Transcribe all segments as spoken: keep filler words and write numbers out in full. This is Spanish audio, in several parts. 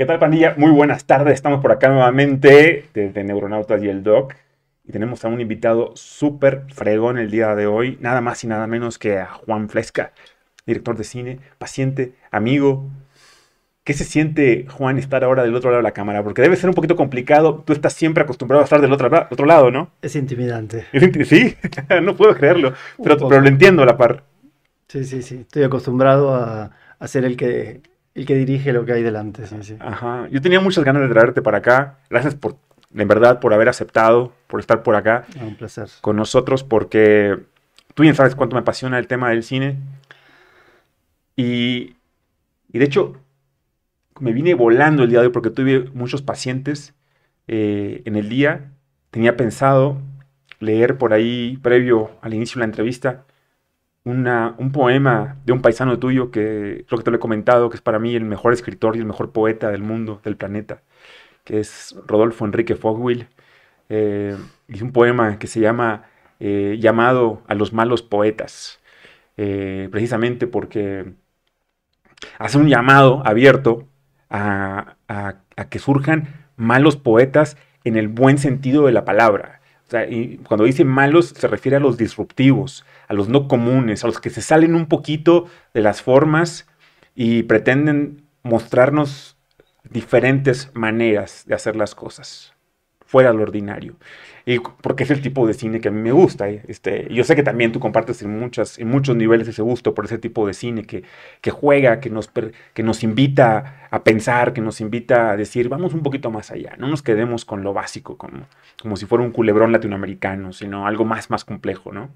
¿Qué tal, pandilla? Muy buenas tardes. Estamos por acá nuevamente desde Neuronautas y el Doc. Y tenemos a un invitado súper fregón el día de hoy. Nada más y nada menos que a Juan Flesca, director de cine, paciente, amigo. ¿Qué se siente, Juan, estar ahora del otro lado de la cámara? Porque debe ser un poquito complicado. Tú estás siempre acostumbrado a estar del otro, otro lado, ¿no? Es intimidante, Sí, no puedo creerlo. un Pero, pero lo poco. entiendo a la par. Sí, sí, sí. Estoy acostumbrado a, a ser el que, el que dirige lo que hay delante, sí, sí. Ajá. Yo tenía muchas ganas de traerte para acá. Gracias por, en verdad, por haber aceptado, por estar por acá Ah, un placer. con nosotros, porque tú bien sabes cuánto me apasiona el tema del cine. Y, y de hecho, me vine volando el día de hoy porque tuve muchos pacientes eh, en el día. Tenía pensado leer por ahí, previo al inicio de la entrevista, una, un poema de un paisano tuyo que creo que te lo he comentado, que es para mí el mejor escritor y el mejor poeta del mundo, del planeta, que es Rodolfo Enrique Fogwill. Eh, hizo un poema que se llama eh, Llamado a los malos poetas, eh, precisamente porque hace un llamado abierto a, a, a, que surjan malos poetas en el buen sentido de la palabra. O sea, y cuando dice malos se refiere a los disruptivos, a los no comunes, a los que se salen un poquito de las formas y pretenden mostrarnos diferentes maneras de hacer las cosas, fuera de lo ordinario. Y porque es el tipo de cine que a mí me gusta. ¿eh? Este, yo sé que también tú compartes en, muchas, en muchos niveles ese gusto por ese tipo de cine que, que juega, que nos, que nos invita a pensar, que nos invita a decir, vamos un poquito más allá. No nos quedemos con lo básico, como, como si fuera un culebrón latinoamericano, sino algo más, más complejo, ¿no?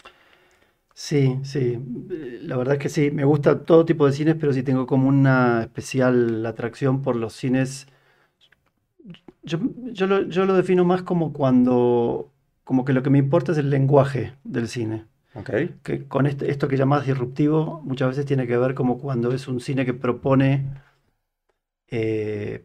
Sí, sí. eh, La verdad es que sí. Me gusta todo tipo de cines, pero sí tengo como una especial atracción por los cines. Yo, yo lo, yo lo defino más como cuando, como que lo que me importa es el lenguaje del cine. ¿Ok? Que con este- esto que llamas disruptivo muchas veces tiene que ver como cuando es un cine que propone eh,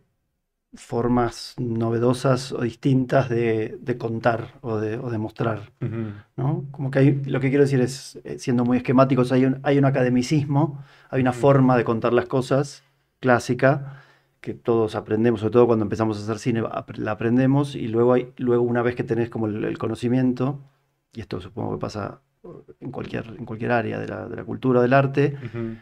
formas novedosas o distintas de, de contar o de, o de mostrar, Uh -huh. ¿no? Como que hay, lo que quiero decir es, eh, siendo muy esquemáticos, hay un, hay un academicismo, hay Uh una -huh. forma de contar las cosas clásica que todos aprendemos, sobre todo cuando empezamos a hacer cine, ap- la aprendemos y luego, hay, luego una vez que tenés como el, el conocimiento, y esto supongo que pasa en cualquier, en cualquier área de la, de la cultura o del arte, Uh -huh.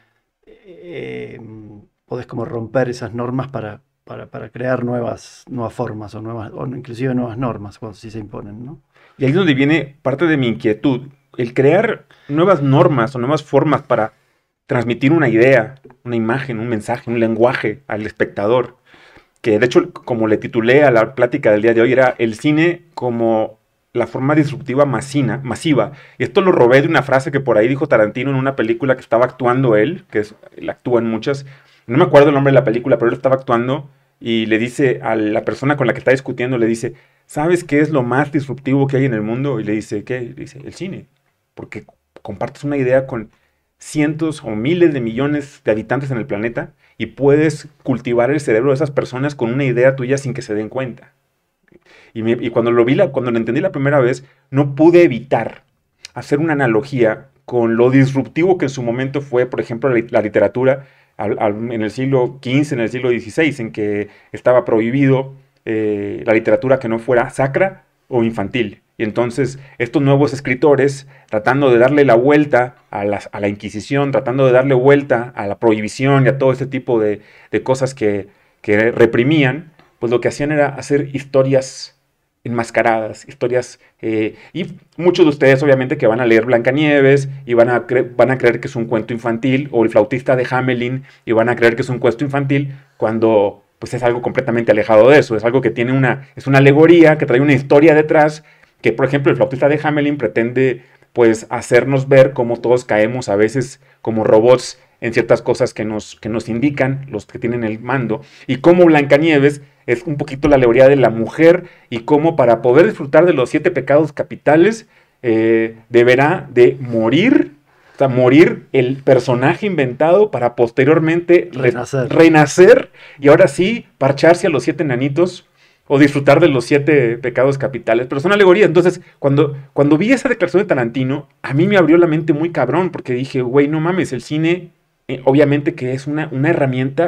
eh, podés como romper esas normas para, para, para crear nuevas, nuevas formas o, nuevas, o inclusive nuevas normas cuando sí se imponen, ¿no? Y ahí es donde viene parte de mi inquietud, el crear nuevas normas o nuevas formas para transmitir una idea, una imagen, un mensaje, un lenguaje al espectador. Que de hecho, como le titulé a la plática del día de hoy, era el cine como la forma disruptiva masina, masiva. Y esto lo robé de una frase que por ahí dijo Tarantino en una película que estaba actuando él, que es, él actúa en muchas. No me acuerdo el nombre de la película, pero él estaba actuando y le dice a la persona con la que está discutiendo, le dice, ¿sabes qué es lo más disruptivo que hay en el mundo? Y le dice, ¿qué? Le dice, el cine. Porque compartes una idea con cientos o miles de millones de habitantes en el planeta y puedes cultivar el cerebro de esas personas con una idea tuya sin que se den cuenta. Y, me, y cuando lo vi, la, cuando lo entendí la primera vez, no pude evitar hacer una analogía con lo disruptivo que en su momento fue, por ejemplo, la, la literatura al, al, en el siglo quince, en el siglo dieciséis, en que estaba prohibido eh, la literatura que no fuera sacra o infantil. Y entonces estos nuevos escritores, tratando de darle la vuelta a la, a la Inquisición, tratando de darle vuelta a la prohibición y a todo ese tipo de, de cosas que, que reprimían, pues lo que hacían era hacer historias enmascaradas, historias, eh, y muchos de ustedes obviamente que van a leer Blancanieves y van a, van a creer que es un cuento infantil, o el flautista de Hamelin, y van a creer que es un cuento infantil, cuando pues es algo completamente alejado de eso, es algo que tiene una, es una alegoría, que trae una historia detrás, que por ejemplo el flautista de Hamelin pretende pues hacernos ver cómo todos caemos a veces como robots en ciertas cosas que nos, que nos indican los que tienen el mando, y cómo Blancanieves es un poquito la alegoría de la mujer y cómo para poder disfrutar de los siete pecados capitales eh, deberá de morir, o sea, morir el personaje inventado para posteriormente Renacer. re renacer y ahora sí parcharse a los siete enanitos o disfrutar de los siete pecados capitales, pero son alegorías. Entonces, cuando, cuando vi esa declaración de Tarantino, a mí me abrió la mente muy cabrón, porque dije, güey, no mames, el cine, eh, obviamente que es una, una herramienta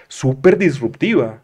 súper disruptiva.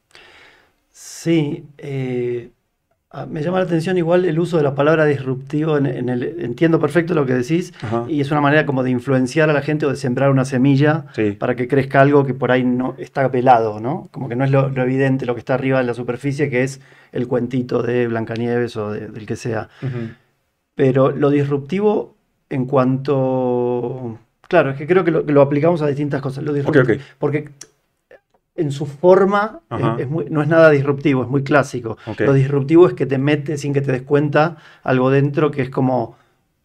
Sí, eh, ah, me llama la atención igual el uso de la palabra disruptivo. En, en el, entiendo perfecto lo que decís, Ajá. y es una manera como de influenciar a la gente o de sembrar una semilla Sí. para que crezca algo que por ahí no está velado, ¿no? Como que no es lo, lo evidente, lo que está arriba de la superficie, que es el cuentito de Blancanieves o de- del que sea. Ujú. Pero lo disruptivo en cuanto... Claro, es que creo que lo, que lo aplicamos a distintas cosas. Lo Ok, disruptivo, ok. porque en su forma es- Ajá. es muy- no es nada disruptivo, es muy clásico. Ok. Lo disruptivo es que te mete sin que te des cuenta algo dentro que es como...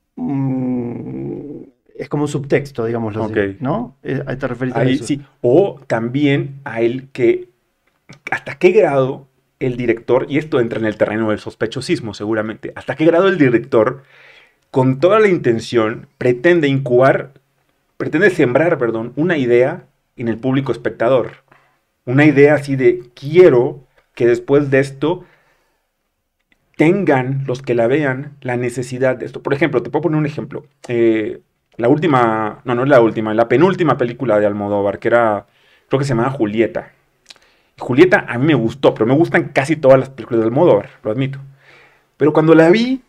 mm, es como un subtexto, digámoslo así, Ok. ¿no? Eh, ¿Te referís a Ahí eso? sí. O también a el que, ¿hasta qué grado el director, y esto entra en el terreno del sospechosismo seguramente, hasta qué grado el director, con toda la intención, pretende incubar, pretende sembrar, perdón, una idea en el público espectador? Una idea así de, quiero que después de esto tengan los que la vean la necesidad de esto. Por ejemplo, te puedo poner un ejemplo. Eh, la última, no, no es la última, la penúltima película de Almodóvar, que era, creo que se llamaba Julieta. Julieta a mí me gustó, pero me gustan casi todas las películas de Almodóvar, lo admito. Pero cuando la vi,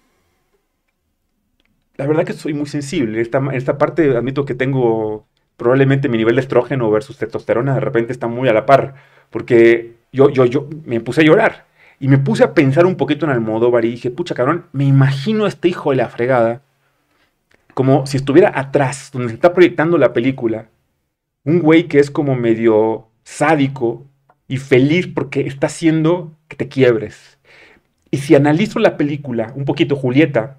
la verdad que soy muy sensible. Esta, esta parte, admito que tengo probablemente mi nivel de estrógeno versus testosterona de repente está muy a la par, porque yo, yo, yo me puse a llorar y me puse a pensar un poquito en Almodóvar y dije, pucha cabrón, me imagino a este hijo de la fregada como si estuviera atrás, donde se está proyectando la película, un güey que es como medio sádico y feliz porque está haciendo que te quiebres. Y si analizo la película, un poquito Julieta,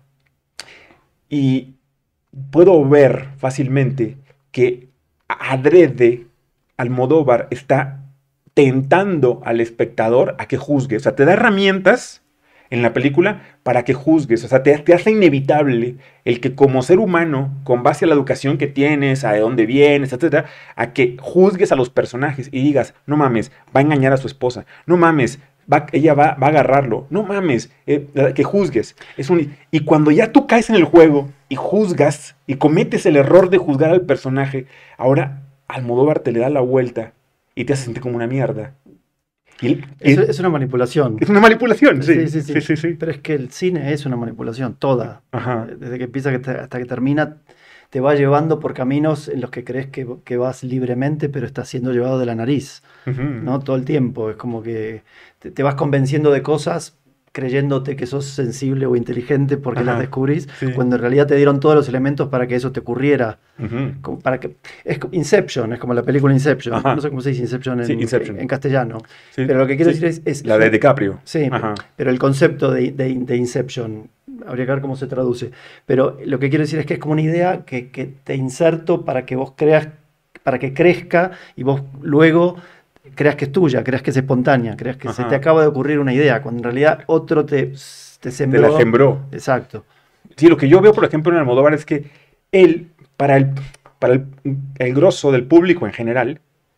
y puedo ver fácilmente que adrede Almodóvar está tentando al espectador a que juzgue. O sea, te da herramientas en la película para que juzgues. O sea, te, te hace inevitable el que como ser humano, con base a la educación que tienes, a de dónde vienes, etcétera, a que juzgues a los personajes y digas, no mames, va a engañar a su esposa. No mames, va, ella va, va a agarrarlo. No mames, eh, que juzgues. Es un, y cuando ya tú caes en el juego y juzgas y cometes el error de juzgar al personaje, ahora Almodóvar te le da la vuelta y te hace sentir como una mierda. Y, Es, y, es una manipulación. es una manipulación, sí. Sí, sí, sí. Sí, sí, sí. Pero es que el cine es una manipulación, toda. Ajá. Desde que empieza que te- hasta que termina, te va llevando por caminos en los que crees que, que vas libremente, pero estás siendo llevado de la nariz, Ujú. ¿no? Todo el tiempo. Es como que te, te vas convenciendo de cosas creyéndote que sos sensible o inteligente porque Ajá. las descubrís, Sí. cuando en realidad te dieron todos los elementos para que eso te ocurriera. Ujú. Como para que, es co- Inception, es como la película Inception. Ajá. No sé cómo se dice Inception en, Sí, Inception. en- en castellano. Sí, Pero lo que quiero sí. decir es... es- La de DiCaprio. Sí, Ajá. pero el concepto de, de- de Inception, habría que ver cómo se traduce. Pero lo que quiero decir es que es como una idea que, que te inserto para que vos creas, para que crezca y vos luego creas que es tuya, creas que es espontánea, creas que se Ajá. te acaba de ocurrir una idea, cuando en realidad otro te, te Te sembró. la sembró. Exacto. Sí, lo que yo veo, por ejemplo, en Almodóvar es que él, para el, para el, el grosso del público en general,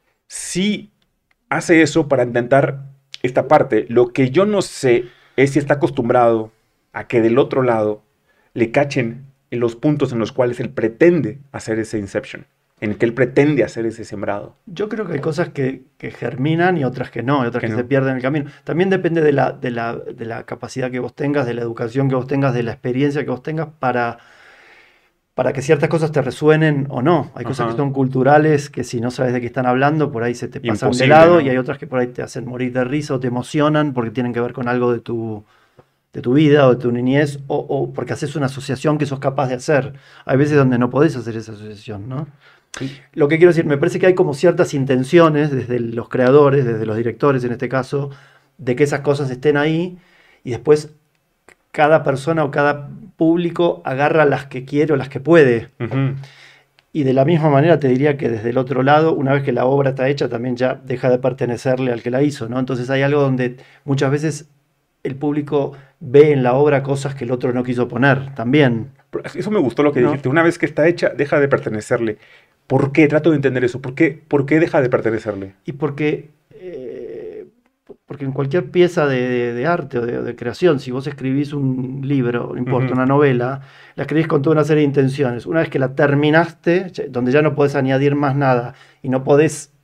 sí hace eso para intentar esta parte. Lo que yo no sé es si está acostumbrado a que del otro lado le cachen en los puntos en los cuales él pretende hacer ese Inception, en el que él pretende hacer ese sembrado. Yo creo que hay cosas que, que germinan y otras que no, y otras Que que, no. se pierden en el camino. También depende de la, de, la, de la capacidad que vos tengas, de la educación que vos tengas, de la experiencia que vos tengas para, para que ciertas cosas te resuenen o no. Hay cosas Ajá. que son culturales, que si no sabes de qué están hablando, por ahí se te pasan de Imposible, lado, ¿no? y hay otras que por ahí te hacen morir de risa o te emocionan porque tienen que ver con algo de tu, de tu vida o de tu niñez, o, o porque haces una asociación que sos capaz de hacer. Hay veces donde no podés hacer esa asociación, ¿no? Sí. Lo que quiero decir, me parece que hay como ciertas intenciones desde los creadores, desde los directores en este caso, de que esas cosas estén ahí y después cada persona o cada público agarra las que quiere o las que puede. Ujú. Y de la misma manera te diría que desde el otro lado, una vez que la obra está hecha, también ya deja de pertenecerle al que la hizo, ¿no? Entonces hay algo donde muchas veces el público ve en la obra cosas que el otro no quiso poner también. Eso me gustó lo que No. dijiste. Una vez que está hecha, deja de pertenecerle. ¿Por qué? Trato de entender eso. ¿Por qué, ¿Por qué deja de pertenecerle? Y porque, eh, porque en cualquier pieza de, de- de arte o de, de creación, si vos escribís un libro, no importa, Ujú. una novela, la escribís con toda una serie de intenciones. Una vez que la terminaste, ya- donde ya no podés añadir más nada y no podés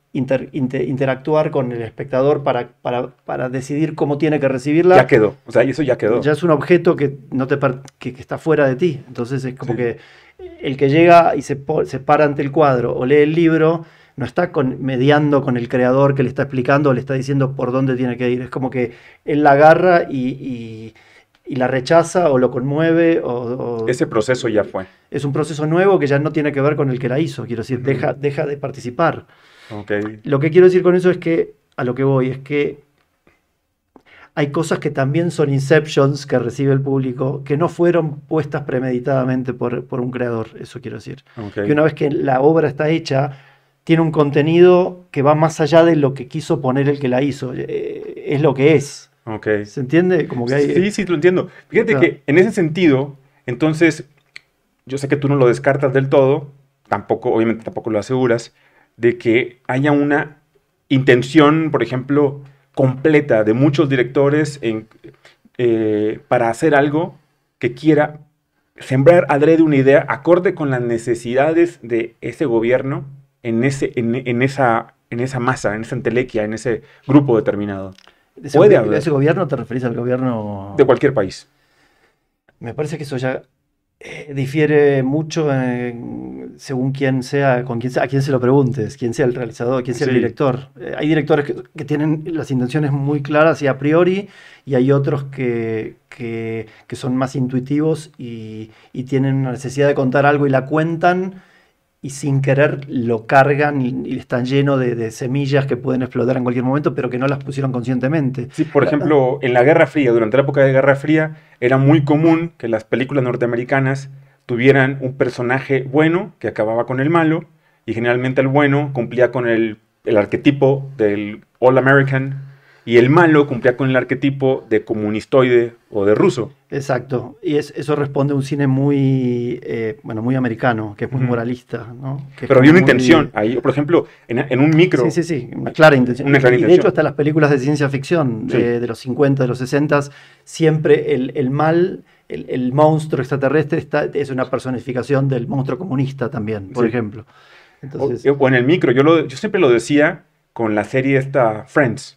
inter- inter- interactuar con el espectador para, para, para decidir cómo tiene que recibirla. Ya quedó, o sea, eso ya quedó. Ya es un objeto que, no te per- que, que está fuera de ti. Entonces es como Sí. que el que llega y se, po- se para ante el cuadro o lee el libro, no está con- mediando con el creador que le está explicando o le está diciendo por dónde tiene que ir. Es como que él la agarra y, y- y la rechaza o lo conmueve. O, o- Ese proceso ya fue. es un proceso nuevo que ya no tiene que ver con el que la hizo. Quiero decir, Ujú. deja, deja de participar. Ok. Lo que quiero decir con eso es que, a lo que voy, es que hay cosas que también son inceptions que recibe el público, que no fueron puestas premeditadamente por, por un creador, eso quiero decir. Ok. Que una vez que la obra está hecha, tiene un contenido que va más allá de lo que quiso poner el que la hizo. Eh, es lo que es. Ok. ¿Se entiende? Como que hay, Sí, sí, lo entiendo. Fíjate Ah. que en ese sentido, entonces, yo sé que tú no lo descartas del todo, tampoco, obviamente tampoco lo aseguras, de que haya una intención, por ejemplo, completa de muchos directores en, eh, para hacer algo que quiera sembrar adrede una idea acorde con las necesidades de ese gobierno en, ese, en, en esa, en esa masa, en esa entelequia, en ese grupo determinado. de ese, puede gobi- haber. de ese gobierno te referís al gobierno. De cualquier país. Me parece que eso ya eh, difiere mucho en- según quién sea, con quién sea, a quién se lo preguntes, quién sea el realizador, quién sea el Sí. director. Eh, hay directores que, que tienen las intenciones muy claras y a priori, y hay otros que, que, que son más intuitivos y, y tienen una necesidad de contar algo y la cuentan y sin querer lo cargan y, y están llenos de, de semillas que pueden explotar en cualquier momento, pero que no las pusieron conscientemente. Sí, por La- ejemplo, en la Guerra Fría, durante la época de Guerra Fría, era muy común que las películas norteamericanas tuvieran un personaje bueno que acababa con el malo, y generalmente el bueno cumplía con el, el arquetipo del All American, y el malo cumplía con el arquetipo de comunistoide o de ruso. Exacto, y es- eso responde a un cine muy, eh, bueno, muy americano, que es muy Ujú. moralista, ¿no? Que es Pero había como una muy- intención ahí, por ejemplo, en, en un micro. Sí, sí, sí, una clara intención. Una clara Y de intención. hecho, hasta las películas de ciencia ficción Sí. de, de los cincuenta, de los sesenta, siempre el, el mal, el, el monstruo extraterrestre está, es una personificación del monstruo comunista también, por Sí. ejemplo. O, Entonces, o en el micro, yo, lo, yo siempre lo decía con la serie esta Friends.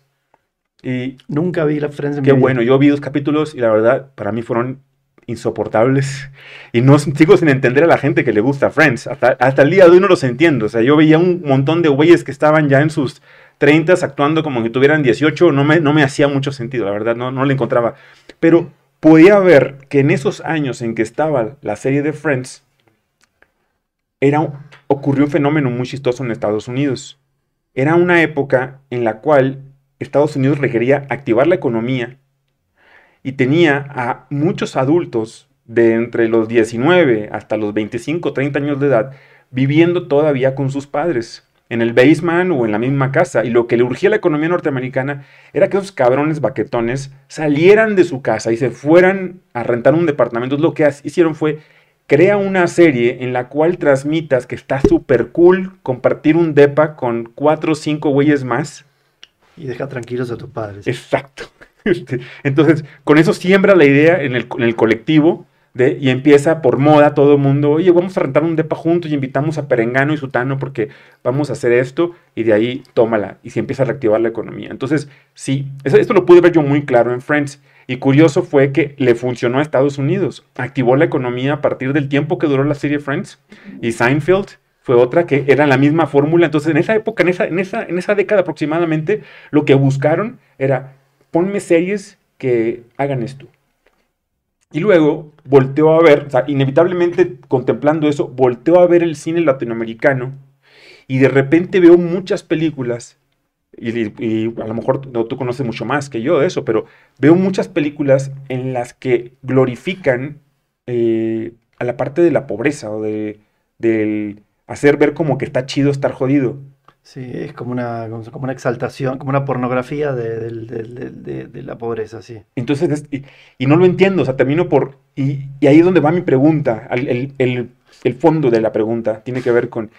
Y nunca vi la Friends en qué mi vida. bueno, yo vi dos capítulos y la verdad, para mí fueron insoportables. Y no sigo sin entender a la gente que le gusta Friends. Hasta, hasta el día de hoy no los entiendo. O sea, yo veía un montón de güeyes que estaban ya en sus treintas actuando como si tuvieran dieciocho. No me, no me hacía mucho sentido, la verdad, no, no le encontraba. Pero podía ver que en esos años en que estaba la serie de Friends, era, un- ocurrió un fenómeno muy chistoso en Estados Unidos. Era una época en la cual Estados Unidos requería activar la economía y tenía a muchos adultos de entre los diecinueve hasta los veinticinco, treinta años de edad viviendo todavía con sus padres en el basement o en la misma casa. Y lo que le urgía a la economía norteamericana era que esos cabrones baquetones salieran de su casa y se fueran a rentar un departamento. Lo que hicieron fue: crea una serie en la cual transmitas que está súper cool compartir un depa con cuatro o cinco güeyes más. Y deja tranquilos a tus padres. Exacto. Este, Entonces, con eso siembra la idea en el, en el colectivo de, y empieza por moda todo el mundo: oye, vamos a rentar un depa juntos y invitamos a Perengano y Sutano porque vamos a hacer esto, y de ahí tómala, y se empieza a reactivar la economía. Entonces, sí, eso- esto lo pude ver yo muy claro en Friends, y curioso fue que le funcionó a Estados Unidos, activó la economía a partir del tiempo que duró la serie Friends, y Seinfeld fue otra que era la misma fórmula. Entonces, en esa época, en esa, en esa, en esa década aproximadamente, lo que buscaron era: ponme series que hagan esto. Y luego volteó a ver, o sea, inevitablemente contemplando eso, volteó a ver el cine latinoamericano, y de repente veo muchas películas, y, y- y a lo mejor no, tú conoces mucho más que yo de eso, pero veo muchas películas en las que glorifican eh, a la parte de la pobreza o de, del hacer ver como que está chido estar jodido. Sí, es como una, como una exaltación, como una pornografía de, del- del- del- de- de la pobreza, sí. Entonces, es- y, y no lo entiendo, o sea, termino por... Y, y ahí es donde va mi pregunta, al- el, el- el fondo de la pregunta tiene que ver con: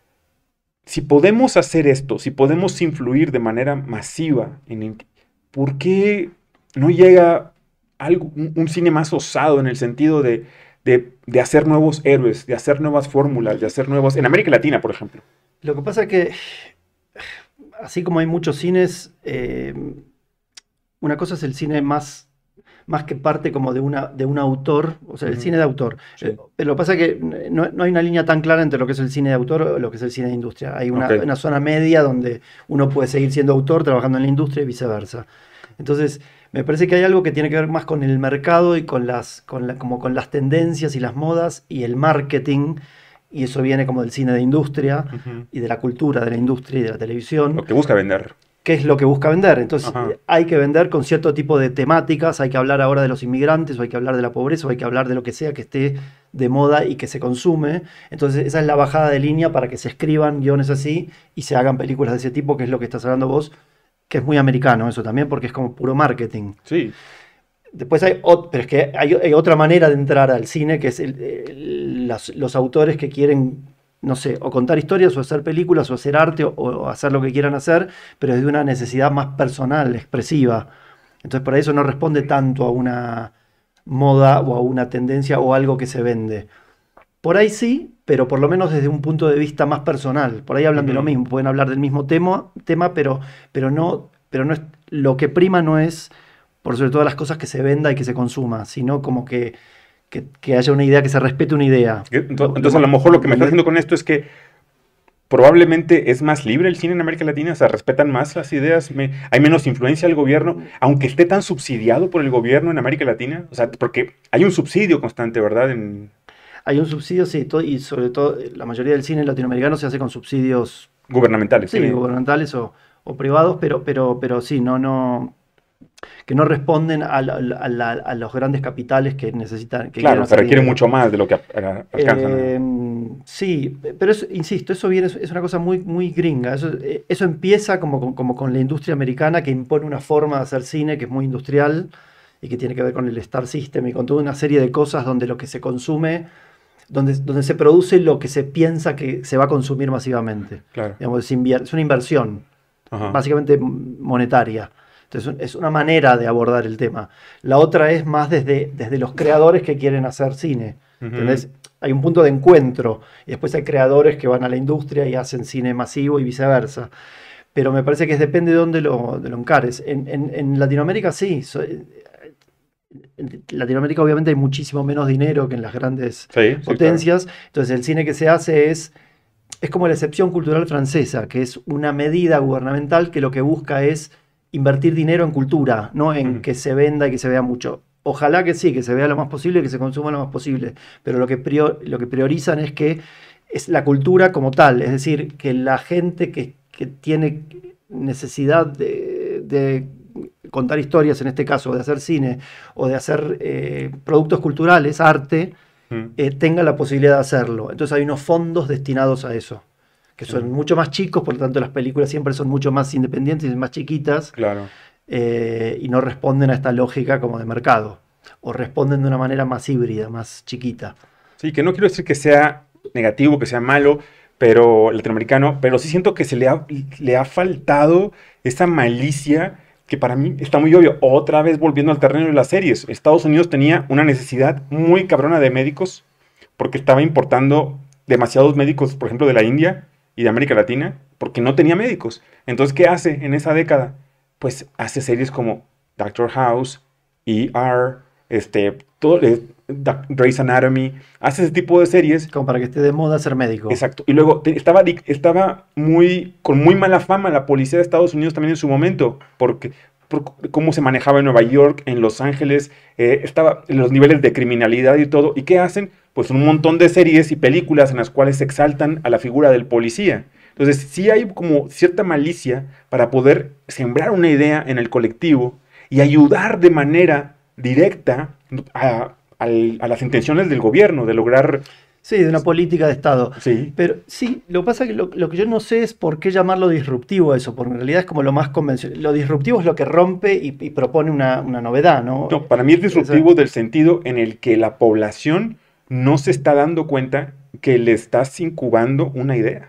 si podemos hacer esto, si podemos influir de manera masiva, en el- ¿por qué no llega algo, un, un cine más osado en el sentido de, de, de hacer nuevos héroes, de hacer nuevas fórmulas, de hacer nuevos... En América Latina, por ejemplo. Lo que pasa es que así como hay muchos cines, eh, una cosa es el cine más, más que parte como de, una, de un autor, o sea, el Ujú. cine de autor. Sí. Eh, Pero lo que pasa es que no, no hay una línea tan clara entre lo que es el cine de autor o lo que es el cine de industria. Hay una, Ok. una zona media donde uno puede seguir siendo autor trabajando en la industria y viceversa. Entonces, me parece que hay algo que tiene que ver más con el mercado y con las, con la- como con las tendencias y las modas y el marketing, y eso viene como del cine de industria Ujú. y de la cultura de la industria y de la televisión, Lo que busca vender. qué es lo que busca vender. Entonces, Ajá. eh, hay que vender con cierto tipo de temáticas, hay que hablar ahora de los inmigrantes, o hay que hablar de la pobreza, o hay que hablar de lo que sea que esté de moda y que se consume. Entonces, esa es la bajada de línea para que se escriban guiones así y se hagan películas de ese tipo, que es lo que estás hablando vos, que es muy americano eso también, porque es como puro marketing. Sí. Después hay, ot- pero es que hay, hay otra manera de entrar al cine, que es el- el- las- los autores que quieren, no sé, o contar historias, o hacer películas, o hacer arte, o, o hacer lo que quieran hacer, pero desde una necesidad más personal, expresiva. Entonces, por eso no responde tanto a una moda o a una tendencia o algo que se vende. Por ahí sí, pero por lo menos desde un punto de vista más personal. Por ahí hablan de lo Ujú. mismo, pueden hablar del mismo tema, tema pero, pero no, pero no es, lo que prima no es por sobre todas las cosas que se venda y que se consuma, sino como que, que, que haya una idea, que se respete una idea. Ento- Lo, lo Entonces, a lo ma- mejor lo que me está mayor- haciendo con esto es que probablemente es más libre el cine en América Latina, se respetan más las ideas, me- hay menos influencia del gobierno, aunque esté tan subsidiado por el gobierno en América Latina. O sea, porque hay un subsidio constante, ¿verdad? En Hay un subsidio, sí, to- y sobre todo eh, la mayoría del cine latinoamericano se hace con subsidios, gubernamentales. sí, Tiene, gubernamentales o, o privados, pero, pero, pero sí, no, no, que no responden a, la- a la- a los grandes capitales que necesitan, que quieren claro, se hacer requiere dinero. mucho más de lo que a- a- alcanzan a... Eh, sí, pero eso, insisto, eso viene, es una cosa muy, muy gringa. Eso, eh, eso empieza como, con- como con la industria americana que impone una forma de hacer cine que es muy industrial y que tiene que ver con el Star System y con toda una serie de cosas donde lo que se consume, donde, donde se produce lo que se piensa que se va a consumir masivamente. Claro. Digamos, es, invier- es una inversión, Ajá. básicamente monetaria. Entonces, es una manera de abordar el tema. La otra es más desde, desde los creadores que quieren hacer cine. Ujú. ¿Entendés? Hay un punto de encuentro y después hay creadores que van a la industria y hacen cine masivo y viceversa. Pero me parece que es- depende de dónde lo, de lo encares. En, en- en Latinoamérica sí. so- en Latinoamérica obviamente hay muchísimo menos dinero que en las grandes Sí, sí, claro. potencias. Entonces el cine que se hace es, es como la excepción cultural francesa, que es una medida gubernamental que lo que busca es invertir dinero en cultura, no en Ujú. que se venda y que se vea mucho. Ojalá que sí, que se vea lo más posible, que se consuma lo más posible, pero lo que, prior- lo que priorizan es que es la cultura como tal, es decir, que la gente que, que tiene necesidad de, de contar historias, en este caso, o de hacer cine, o de hacer eh, productos culturales, arte, Ujú. eh, tenga la posibilidad de hacerlo. Entonces hay unos fondos destinados a eso, que son Sí, mucho más chicos, por lo tanto las películas siempre son mucho más independientes y más chiquitas, claro. eh, y no responden a esta lógica como de mercado, o responden de una manera más híbrida, más chiquita. Sí, que no quiero decir que sea negativo, que sea malo, pero latinoamericano, pero sí siento que se le ha, le ha faltado esa malicia que para mí está muy obvio. Otra vez volviendo al terreno de las series. Estados Unidos tenía una necesidad muy cabrona de médicos porque estaba importando demasiados médicos, por ejemplo, de la India y de América Latina, porque no tenía médicos. Entonces, ¿qué hace en esa década? Pues hace series como Doctor House, E R, este, todo, eh, Da- Grey's Anatomy, hace ese tipo de series. Como para que esté de moda ser médico. Exacto. Y luego te- estaba, dic- estaba muy, con muy mala fama la policía de Estados Unidos también en su momento, porque por c- cómo se manejaba en Nueva York, en Los Ángeles, eh, estaba en los niveles de criminalidad y todo. ¿Y qué hacen? Pues un montón de series y películas en las cuales se exaltan a la figura del policía. Entonces, sí hay como cierta malicia para poder sembrar una idea en el colectivo y ayudar de manera directa a, al- a las intenciones del gobierno de lograr. Sí, de una política de Estado. Sí. Pero sí, lo que pasa es que lo, lo que yo no sé es por qué llamarlo disruptivo a eso, porque en realidad es como lo más convencional. Lo disruptivo es lo que rompe y, y propone una, una novedad, ¿no? No, para mí es O sea, disruptivo del sentido en el que la población no se está dando cuenta que le estás incubando una idea.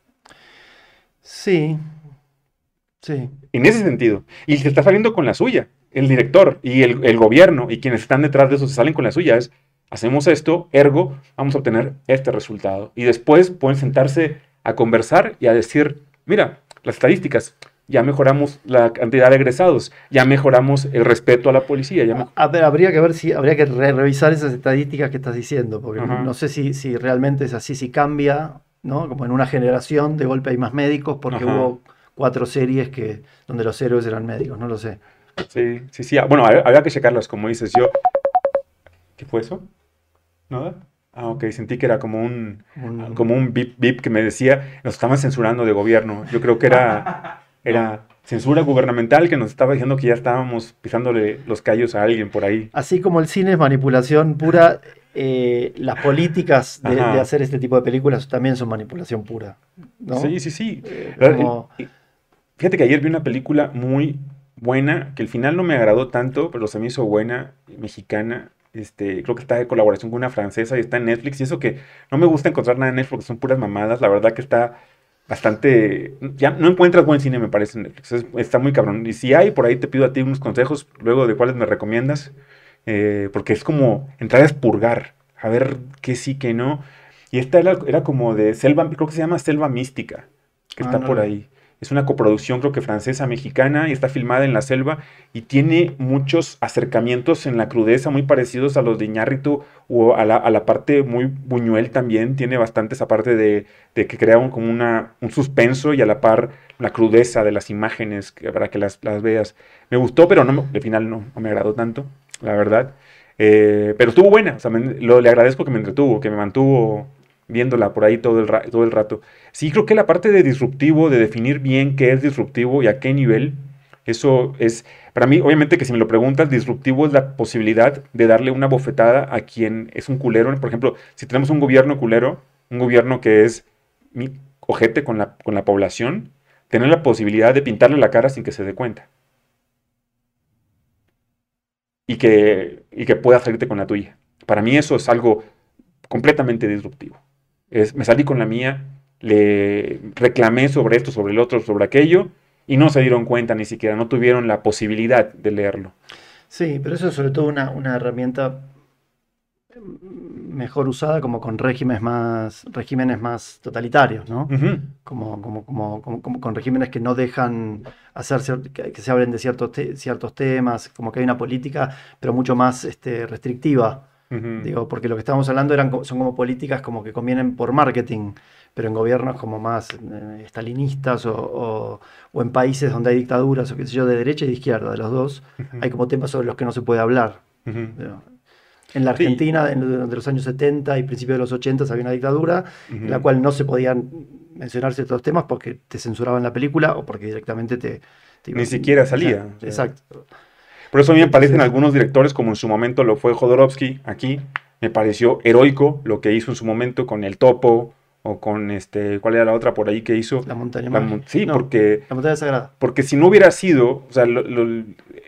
sí, sí. En ese sentido. Y se está saliendo con la suya. El director y el, el gobierno y quienes están detrás de eso se salen con la suya. Es, hacemos esto, ergo, vamos a obtener este resultado. Y después pueden sentarse a conversar y a decir, mira, las estadísticas. Ya mejoramos la cantidad de egresados, ya mejoramos el respeto a la policía. Ya me... A ver, habría que ver si, habría que re revisar esas estadísticas que estás diciendo, porque Ajá. no sé si, si realmente es así, si cambia, ¿no? Como en una generación de golpe hay más médicos porque Ajá. hubo cuatro series que, donde los héroes eran médicos, no lo sé. Sí, sí, sí. Bueno, había, había que checarlas, como dices yo. ¿Qué fue eso? ¿Nada? Ah, ok, sentí que era como un, Un- como un bip bip que me decía, nos estaban censurando de gobierno. Yo creo que era, era censura gubernamental que nos estaba diciendo que ya estábamos pisándole los callos a alguien por ahí. Así como el cine es manipulación pura, eh, las políticas de, de Ajá. hacer este tipo de películas también son manipulación pura, ¿no? Sí, sí, sí. Eh, La- el- como, Fíjate que ayer vi una película muy buena, que el final no me agradó tanto, pero se me hizo buena, mexicana. Este, creo que está de colaboración con una francesa y está en Netflix. Y eso que no me gusta encontrar nada en Netflix porque son puras mamadas. La verdad que está bastante. Ya no encuentras buen cine, me parece, en Netflix. Es- está muy cabrón. Y si hay, por ahí te pido a ti unos consejos, luego de cuáles me recomiendas. Eh, porque es como entrar a expurgar, a ver qué sí, qué no. Y esta era, era como de selva, creo que se llama Selva Mística, que ah, está no por lo vi. ahí. Es una coproducción, creo que francesa, mexicana, y está filmada en la selva y tiene muchos acercamientos en la crudeza muy parecidos a los de Iñárritu o a la, a la parte muy Buñuel también. Tiene bastante esa parte de, de que crea un, como una, un suspenso y a la par la crudeza de las imágenes que- para que las, las veas. Me gustó, pero no, me- al final no, no me agradó tanto, la verdad. Eh, pero estuvo buena, o sea, me- lo, le agradezco que me entretuvo, que me mantuvo viéndola por ahí todo el, ra- todo el rato. Sí, creo que la parte de disruptivo, de definir bien qué es disruptivo y a qué nivel, eso es, para mí, obviamente que si me lo preguntas, disruptivo es la posibilidad de darle una bofetada a quien es un culero. Por ejemplo, si tenemos un gobierno culero, un gobierno que es mi- ojete con la, con la población, tener la posibilidad de pintarle la cara sin que se dé cuenta y que, y que pueda salirte con la tuya. Para mí eso es algo completamente disruptivo. Es, me salí con la mía, le reclamé sobre esto, sobre el otro, sobre aquello, y no se dieron cuenta ni siquiera, no tuvieron la posibilidad de leerlo. Sí, pero eso es sobre todo una, una herramienta mejor usada como con regímenes más, regímenes más totalitarios, ¿no? Ujú, Como, como, como, como- como con regímenes que no dejan hacer cier- que, que se hablen de ciertos, te- ciertos temas, como que hay una política, pero mucho más este, restrictiva. ujú, Digo, porque lo que estamos hablando eran, co- son como políticas como que convienen por marketing, pero en gobiernos como más eh, estalinistas o, o- o en países donde hay dictaduras o qué sé yo, de derecha y de izquierda, de los dos, ujú, hay como temas sobre los que no se puede hablar. ujú. Digo, en la Sí, Argentina, en- durante los años setenta y principios de los ochenta, había una dictadura en la ujú. cual no se podían mencionar ciertos temas porque te censuraban la película o porque directamente te, te Ni iban. siquiera O sea, salía. O sea, exacto. por eso a mí me parecen Entonces, algunos directores, como en su momento lo fue Jodorowsky aquí, me pareció heroico lo que hizo en su momento con El Topo o con este, ¿cuál era la otra por ahí que hizo? la montaña La mágica. mon- sí, No, porque la montaña sagrada. Porque si no hubiera sido, o sea, lo- lo-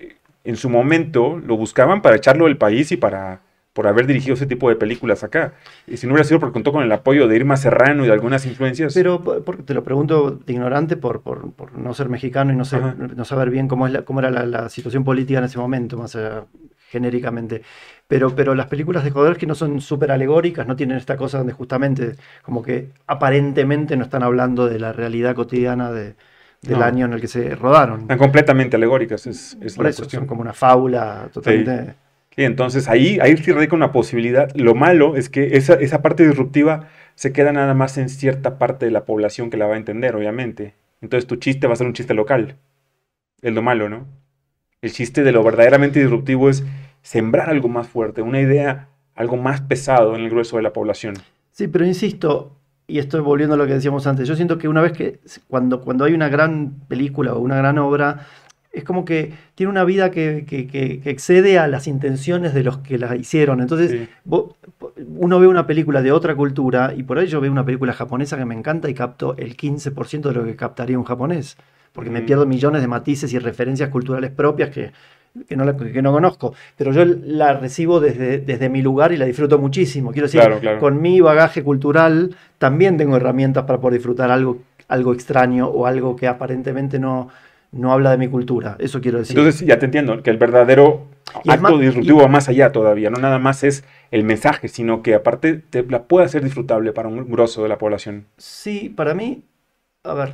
en su momento lo buscaban para echarlo del país y para por haber dirigido ese tipo de películas acá. Y si no hubiera sido porque contó con el apoyo de Irma Serrano y de algunas influencias. Pero por- porque te lo pregunto de ignorante por, por, por no ser mexicano y no, sé, Ajá. no saber bien cómo, es la- cómo era la, la situación política en ese momento, más allá, genéricamente. Pero, pero las películas de Jodorowsky no son súper alegóricas, no tienen esta cosa donde justamente como que aparentemente no están hablando de la realidad cotidiana de- del No, año en el que se rodaron. están completamente alegóricas, es, es Por la eso, son cuestión. como una fábula Sí. totalmente... Y entonces ahí, ahí sí radica una posibilidad. Lo malo es que esa, esa parte disruptiva se queda nada más en cierta parte de la población que la va a entender, obviamente. Entonces tu chiste va a ser un chiste local. Es lo malo, ¿no? El chiste de lo verdaderamente disruptivo es sembrar algo más fuerte, una idea, algo más pesado en el grueso de la población. Sí, pero insisto, y estoy volviendo a lo que decíamos antes, yo siento que una vez que, cuando, cuando hay una gran película o una gran obra, es como que tiene una vida que, que- que- que excede a las intenciones de los que la hicieron. Entonces, Sí. vos- uno ve una película de otra cultura y por ahí yo veo una película japonesa que me encanta y capto el quince por ciento de lo que captaría un japonés, porque me Ujú. pierdo millones de matices y referencias culturales propias que, que no, la- que no conozco, pero yo la recibo desde, desde mi lugar y la disfruto muchísimo. Quiero decir, Claro, claro. con mi bagaje cultural también tengo herramientas para poder disfrutar algo, algo extraño o algo que aparentemente no, no habla de mi cultura. Eso quiero decir. Entonces sí, ya te entiendo, que el verdadero Y es acto más, disruptivo y- va más allá todavía, no nada más es el mensaje, sino que aparte te la puede hacer disfrutable para un grosso de la población. sí, para mí, a ver,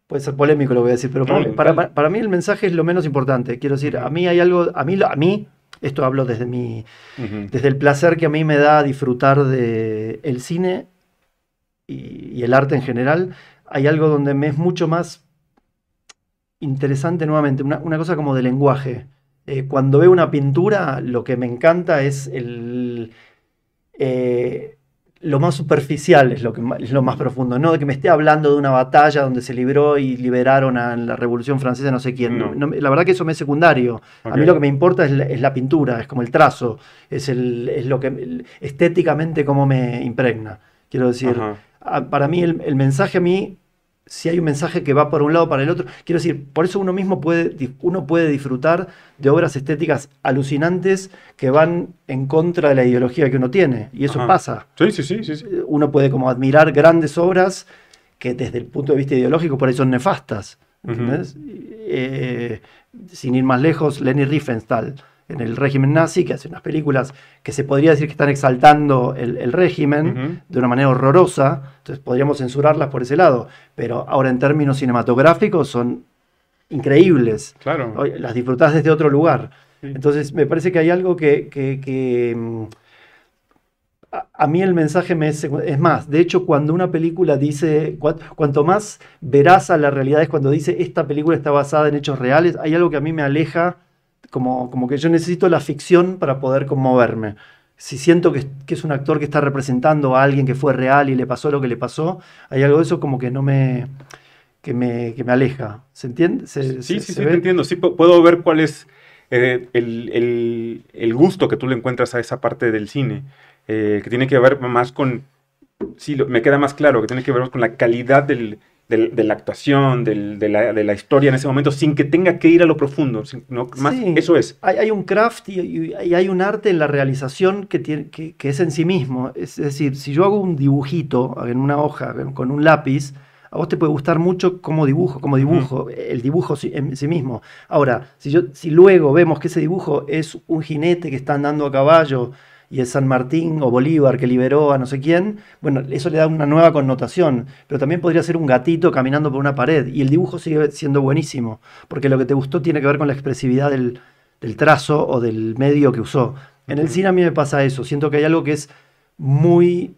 puede ser polémico lo que voy a decir, pero para, No, para, dale. para mí el mensaje es lo menos importante. Quiero decir, a mí hay algo, a mí, a mí esto hablo desde mi, Ujú. desde el placer que a mí me da disfrutar de el cine y, y el arte en general. Hay algo donde me es mucho más interesante nuevamente, una, una cosa como de lenguaje. Eh, cuando veo una pintura, lo que me encanta es el, eh, lo más superficial, es lo, que, ma- es lo más profundo. No de que me esté hablando de una batalla donde se libró y liberaron a la Revolución Francesa no sé quién. No- No. no- la verdad que eso me es secundario. A Ok. mí lo que me importa es la, es la pintura, es como el trazo, es, el, es lo que el- estéticamente cómo me impregna. Quiero decir, Ajá. a- para mí el, el mensaje a mí, si hay un mensaje que va por un lado o para el otro, quiero decir, por eso uno mismo puede, di- uno puede disfrutar de obras estéticas alucinantes que van en contra de la ideología que uno tiene. Y eso Ajá. pasa. Sí, sí, sí, sí, sí. Eh, Uno puede como admirar grandes obras que desde el punto de vista ideológico por ahí son nefastas. Ujú. ¿Entendés? Eh, sin ir más lejos, Leni Riefenstahl, en el régimen nazi, que hace unas películas que se podría decir que están exaltando el, el régimen Ujú. de una manera horrorosa, entonces podríamos censurarlas por ese lado, pero ahora en términos cinematográficos son increíbles. Claro. Oye, las disfrutás desde otro lugar. Sí. Entonces me parece que hay algo que, que- que, mm, a, a mí el mensaje me es, secu- es más, de hecho cuando una película dice, cua- cuanto más veraz a la realidad es cuando dice esta película está basada en hechos reales, hay algo que a mí me aleja, como, como que yo necesito la ficción para poder conmoverme. Si siento que, que es un actor que está representando a alguien que fue real y le pasó lo que le pasó, hay algo de eso como que no me, que me, que me aleja. ¿Se entiende? ¿Se, Sí, se- sí, se sí, te ve? entiendo. Sí, pu- puedo ver cuál es eh, el, el- el gusto que tú le encuentras a esa parte del cine, eh, que tiene que ver más con, sí, lo- me queda más claro, que tiene que ver más con la calidad del, del- de la actuación, del- de, la, de la historia en ese momento, sin que tenga que ir a lo profundo. sin- no, más, Sí, eso es. hay, hay un craft y, y- y hay un arte en la realización que, tiene, que, que es en sí mismo. Es decir, si yo hago un dibujito en una hoja con un lápiz, a vos te puede gustar mucho cómo dibujo, como Ujú. dibujo, el dibujo sí- en sí mismo. Ahora, si, yo, si luego vemos que ese dibujo es un jinete que está andando a caballo y es San Martín o Bolívar que liberó a no sé quién, bueno, eso le da una nueva connotación, pero también podría ser un gatito caminando por una pared y el dibujo sigue siendo buenísimo, porque lo que te gustó tiene que ver con la expresividad del, del trazo o del medio que usó. En el Ujú. cine a mí me pasa eso, siento que hay algo que es muy,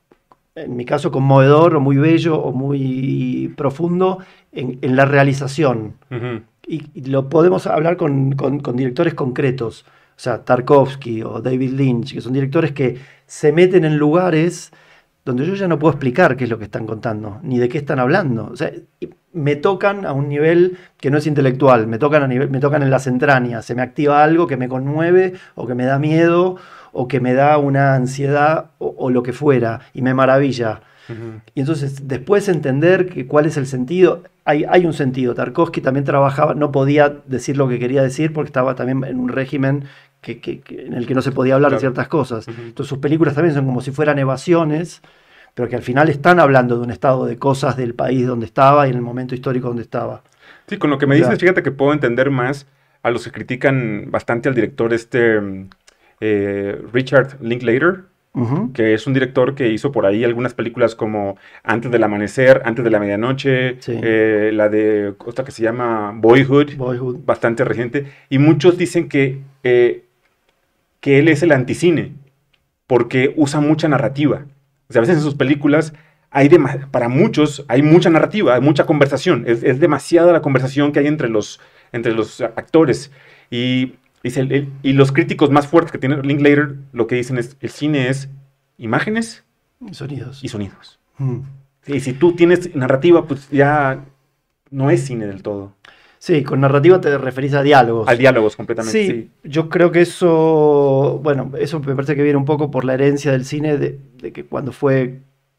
en mi caso, conmovedor o muy bello o muy profundo en, en la realización. Ujú. Y, y lo podemos hablar con, con- con directores concretos, o sea, Tarkovsky o David Lynch, que son directores que se meten en lugares donde yo ya no puedo explicar qué es lo que están contando, ni de qué están hablando. O sea, y me tocan a un nivel que no es intelectual, me tocan, a nivel, me tocan en las entrañas, se me activa algo que me conmueve o que me da miedo o que me da una ansiedad o, o lo que fuera, y me maravilla. Ujú. Y entonces después entender que cuál es el sentido, hay, hay un sentido. Tarkovsky también trabajaba, no podía decir lo que quería decir porque estaba también en un régimen que, que- que- en el que no se podía hablar de Claro. ciertas cosas. Ujú. Entonces sus películas también son como si fueran evasiones, pero que al final están hablando de un estado de cosas del país donde estaba y en el momento histórico donde estaba. Sí, con lo que me O sea, dices, fíjate que puedo entender más a los que critican bastante al director este mm, eh, Richard Linklater, ujú, que es un director que hizo por ahí algunas películas como Antes del Amanecer, Antes de la Medianoche, sí, eh, la de otra que se llama Boyhood, Boyhood. bastante reciente, y muchos dicen que, eh, que él es el anticine, porque usa mucha narrativa. O sea, a veces en sus películas hay dema- para muchos hay mucha narrativa, hay mucha conversación, es, es demasiada la conversación que hay entre los, entre los actores. Y, dice, el- el- y los críticos más fuertes que tiene Linklater lo que dicen es, el cine es imágenes Sonidos. y sonidos. Mm. Y si tú tienes narrativa, pues ya no es cine del todo. Sí, con narrativa te referís a diálogos. Al diálogos completamente, Sí, sí. yo creo que eso, bueno, eso me parece que viene un poco por la herencia del cine, de, de que cuando fue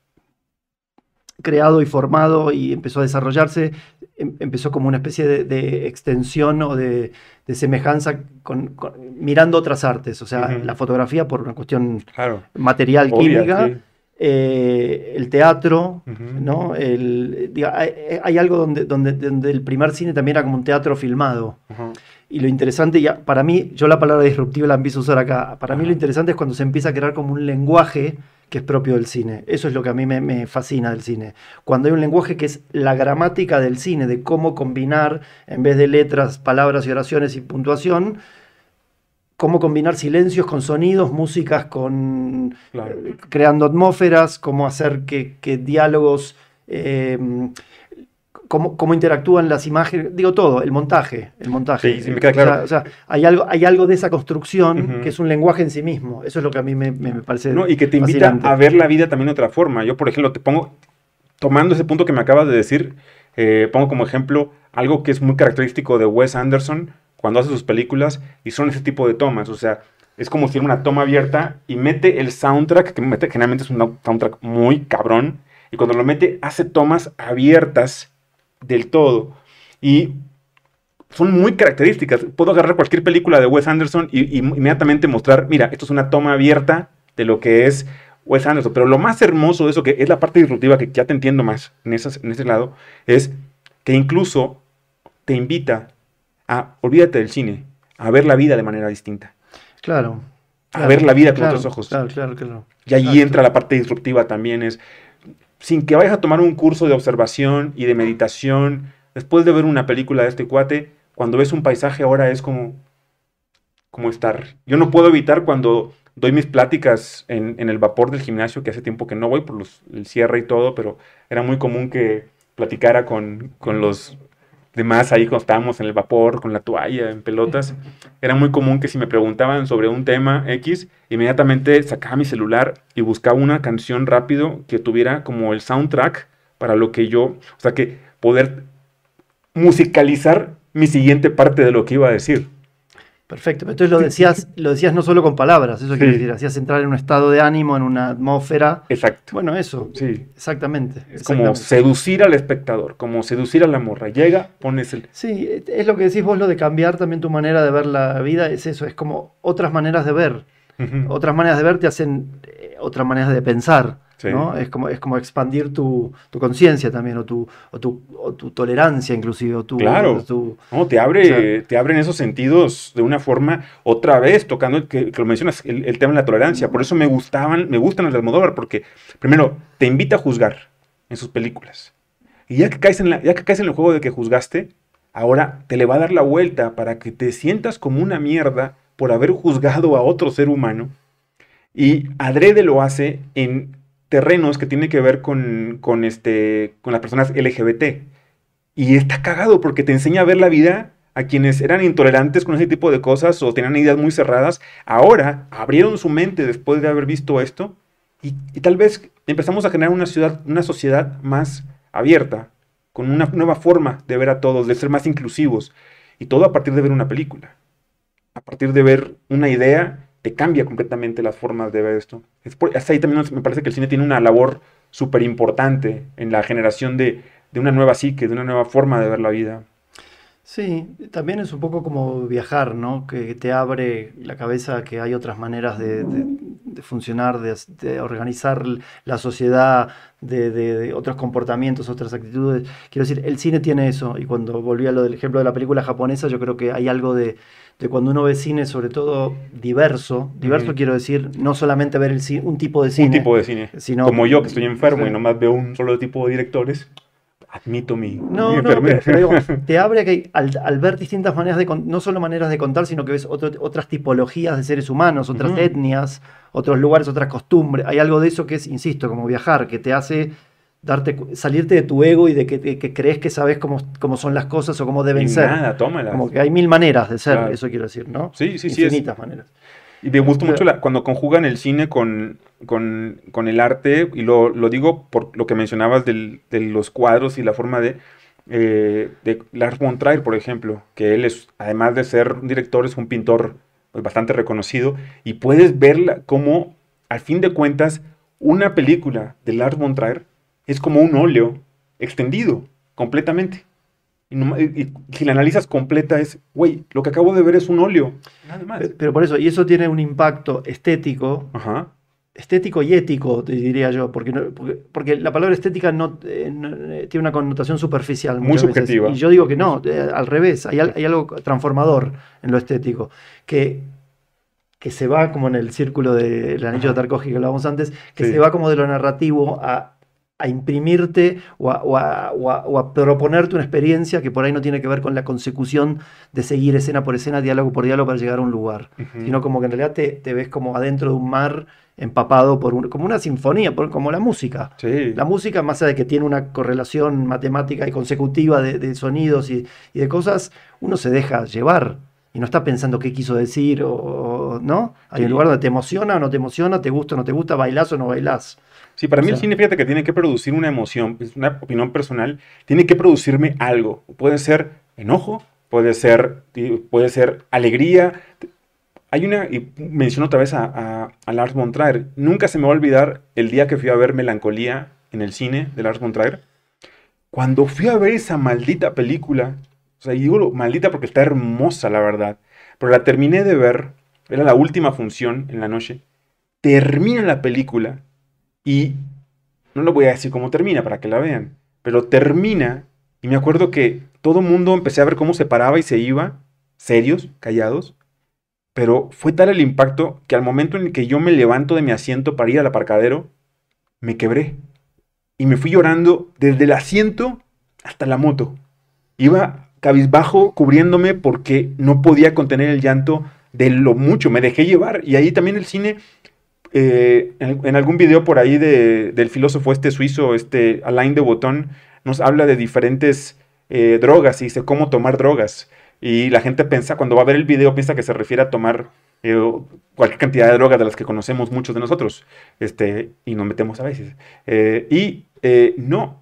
creado y formado y empezó a desarrollarse, em- empezó como una especie de, de extensión o de, de semejanza con, con- mirando otras artes, o sea, Ujú. la fotografía por una cuestión Claro. material, Obvia, química, sí. eh, el teatro, Ujú. ¿no? El, diga, hay, hay algo donde, donde, donde el primer cine también era como un teatro filmado. Ajá. Y lo interesante, ya, para mí, yo la palabra disruptiva la empiezo a usar acá. Para mí Ajá. lo interesante es cuando se empieza a crear como un lenguaje que es propio del cine. Eso es lo que a mí me, me fascina del cine. Cuando hay un lenguaje que es la gramática del cine, de cómo combinar, en vez de letras, palabras y oraciones y puntuación, cómo combinar silencios con sonidos, músicas con... Claro. eh, creando atmósferas, cómo hacer que, que diálogos... eh, Cómo, cómo interactúan las imágenes, digo todo, el montaje, el montaje. Sí, sí, me queda claro. O sea, o sea, hay algo, hay algo de esa construcción Ujú. que es un lenguaje en sí mismo. Eso es lo que a mí me, me- me parece No, y que te invita fascinante. a ver la vida también de otra forma. Yo, por ejemplo, te pongo, tomando ese punto que me acabas de decir, eh, pongo como ejemplo algo que es muy característico de Wes Anderson cuando hace sus películas, y son ese tipo de tomas. O sea, es como si era una toma abierta y mete el soundtrack, que mete, generalmente es un soundtrack muy cabrón, y cuando lo mete hace tomas abiertas del todo. Y son muy características. Puedo agarrar cualquier película de Wes Anderson y, y inmediatamente mostrar, mira, esto es una toma abierta de lo que es Wes Anderson. Pero lo más hermoso de eso, que es la parte disruptiva, que ya te entiendo más en, esas, en ese lado, es que incluso te invita a, olvídate del cine, a ver la vida de manera distinta. Claro. A claro, ver la vida con claro, otros ojos. Claro, claro, claro. Y allí Exacto. entra la parte disruptiva también, es sin que vayas a tomar un curso de observación y de meditación, después de ver una película de este cuate, cuando ves un paisaje ahora es como, como estar. Yo no puedo evitar cuando doy mis pláticas en, en el vapor del gimnasio, que hace tiempo que no voy por los, el cierre y todo, pero era muy común que platicara con, con los demás ahí cuando estábamos en el vapor, con la toalla, en pelotas. Era muy común que si me preguntaban sobre un tema X, inmediatamente sacaba mi celular y buscaba una canción rápido que tuviera como el soundtrack para lo que yo, o sea, que poder musicalizar mi siguiente parte de lo que iba a decir. Perfecto. Entonces lo decías, lo decías no solo con palabras, eso Sí. quiere decir, hacías entrar en un estado de ánimo, en una atmósfera. Exacto. Bueno, eso. Sí. Exactamente. Es como exactamente. seducir al espectador, como seducir a la morra. Llega, pones el... Sí, es lo que decís vos, lo de cambiar también tu manera de ver la vida, es eso, es como otras maneras de ver. Ujú. Otras maneras de ver te hacen eh, otras maneras de pensar, Sí. ¿no? Es como, es como expandir tu, tu conciencia también, o tu, o, tu, o tu tolerancia inclusive, o tu... Claro. o tu- No, te abre, o sea- te abren esos sentidos de una forma, otra vez, tocando, que, que lo mencionas, el, el tema de la tolerancia. Por eso me gustaban, me gustan las de Almodóvar, porque, primero, te invita a juzgar en sus películas. Y ya que caes en la, ya que caes en el juego de que juzgaste, ahora te le va a dar la vuelta para que te sientas como una mierda por haber juzgado a otro ser humano. Y adrede lo hace en terrenos que tienen que ver con, con, este, con las personas L G B T. Y está cagado porque te enseña a ver la vida a quienes eran intolerantes con ese tipo de cosas o tenían ideas muy cerradas. Ahora abrieron su mente después de haber visto esto y, y tal vez empezamos a generar una, ciudad, una sociedad más abierta, con una nueva forma de ver a todos, de ser más inclusivos. Y todo a partir de ver una película. A partir de ver una idea, te cambia completamente las formas de ver esto. Es por, hasta ahí también me parece que el cine tiene una labor súper importante en la generación de, de una nueva psique, de una nueva forma de ver la vida. Sí, también es un poco como viajar, ¿no? Que te abre la cabeza a que hay otras maneras de, de- de funcionar, de, de organizar la sociedad, de, de- de otros comportamientos, otras actitudes. Quiero decir, el cine tiene eso, y cuando volví a lo del ejemplo de la película japonesa, yo creo que hay algo de, de cuando uno ve cine, sobre todo diverso, diverso Ujú. quiero decir, no solamente ver el ci- un tipo de Un cine, tipo de cine. sino... Como yo, que estoy enfermo Sí. y nomás veo un solo tipo de directores, admito mi, mi No, no, enfermedad. pero, pero digo, te abre a que al, al ver distintas maneras de con- no solo maneras de contar, sino que ves otro- otras tipologías de seres humanos, otras Ujú. etnias, otros lugares, otras costumbres. Hay algo de eso que es, insisto, como viajar, que te hace darte, cu- salirte de tu ego y de que, de que crees que sabes cómo, cómo son las cosas o cómo deben Y ser. nada, tómala. Como que hay mil maneras de ser, Claro. eso quiero decir, ¿no? Sí, sí, sí. Es, Infinitas maneras. y me gusta mucho Pero- la- cuando conjugan el cine con, con, con el arte, y lo, lo digo por lo que mencionabas del- de los cuadros y la forma de, eh, de Lars von Trier, por ejemplo, que él es, además de ser un director, es un pintor pues, bastante reconocido, y puedes verla como, al fin de cuentas, una película de Lars von Trier es como un óleo extendido completamente. Y, no- y- y si la analizas completa es, güey, lo que acabo de ver es un óleo, nada más. Pero, pero por eso, y eso tiene un impacto estético, Ajá. estético y ético, te diría yo, porque, no- porque, porque la palabra estética no, eh, no, eh, tiene una connotación superficial Muy muchas veces. subjetiva. Y yo digo que no, eh, al revés, hay, al- hay algo transformador en lo estético, que, que se va como en el círculo del anillo de Tarkovsky que hablábamos antes, que Sí. se va como de lo narrativo a, a imprimirte o a, o a- o a- o a proponerte una experiencia que por ahí no tiene que ver con la consecución de seguir escena por escena, diálogo por diálogo para llegar a un lugar, Ujú. sino como que en realidad te, te ves como adentro de un mar empapado por un- como una sinfonía, por- como la música. Sí. La música, más allá de que tiene una correlación matemática y consecutiva de, de sonidos y, y de cosas, uno se deja llevar y no está pensando qué quiso decir, o, o- ¿no? Hay un Sí. lugar donde te emociona o no te emociona, te gusta o no te gusta, bailás o no bailás. Sí, para O mí el sea, cine, fíjate que tiene que producir una emoción, es una opinión personal, tiene que producirme algo. Puede ser enojo, puede ser, puede ser alegría. Hay una, y menciono otra vez a, a, a Lars von Trier, nunca se me va a olvidar el día que fui a ver Melancolía en el cine de Lars von Trier. Cuando fui a ver esa maldita película, o sea, y digo lo- maldita porque está hermosa, la verdad, pero la terminé de ver, era la última función en la noche, termina la película y no lo voy a decir cómo termina para que la vean, pero termina y me acuerdo que todo el mundo empecé a ver cómo se paraba y se iba, serios, callados, pero fue tal el impacto que al momento en el que yo me levanto de mi asiento para ir al aparcadero, me quebré y me fui llorando desde el asiento hasta la moto. Iba cabizbajo cubriéndome porque no podía contener el llanto de lo mucho, me dejé llevar y ahí también el cine eh, en, en, algún video por ahí de, del filósofo este suizo, este Alain de Botton, nos habla de diferentes eh, drogas y dice cómo tomar drogas. Y la gente piensa, cuando va a ver el video, piensa que se refiere a tomar eh, cualquier cantidad de drogas de las que conocemos muchos de nosotros. Este, y nos metemos a veces. Eh, y eh, no,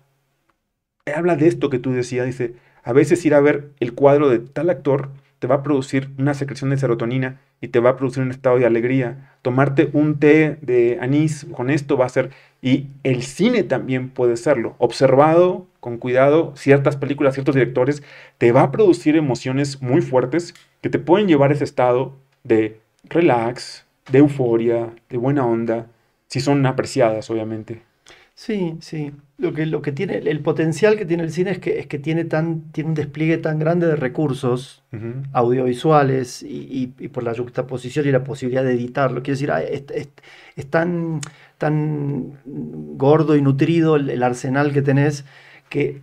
habla de esto que tú decías, dice, a veces ir a ver el cuadro de tal actor te va a producir una secreción de serotonina y te va a producir un estado de alegría. Tomarte un té de anís con esto va a ser... Y el cine también puede serlo. Observado, con cuidado, ciertas películas, ciertos directores, te va a producir emociones muy fuertes que te pueden llevar a ese estado de relax, de euforia, de buena onda, si son apreciadas, obviamente. sí, sí. Lo que, lo que tiene, el potencial que tiene el cine es que, es que tiene, tan, tiene un despliegue tan grande de recursos Ujú. audiovisuales y, y- y por la juxtaposición y la posibilidad de editarlo. Quiero decir, ah, es, es- es tan, tan gordo y nutrido el, el arsenal que tenés que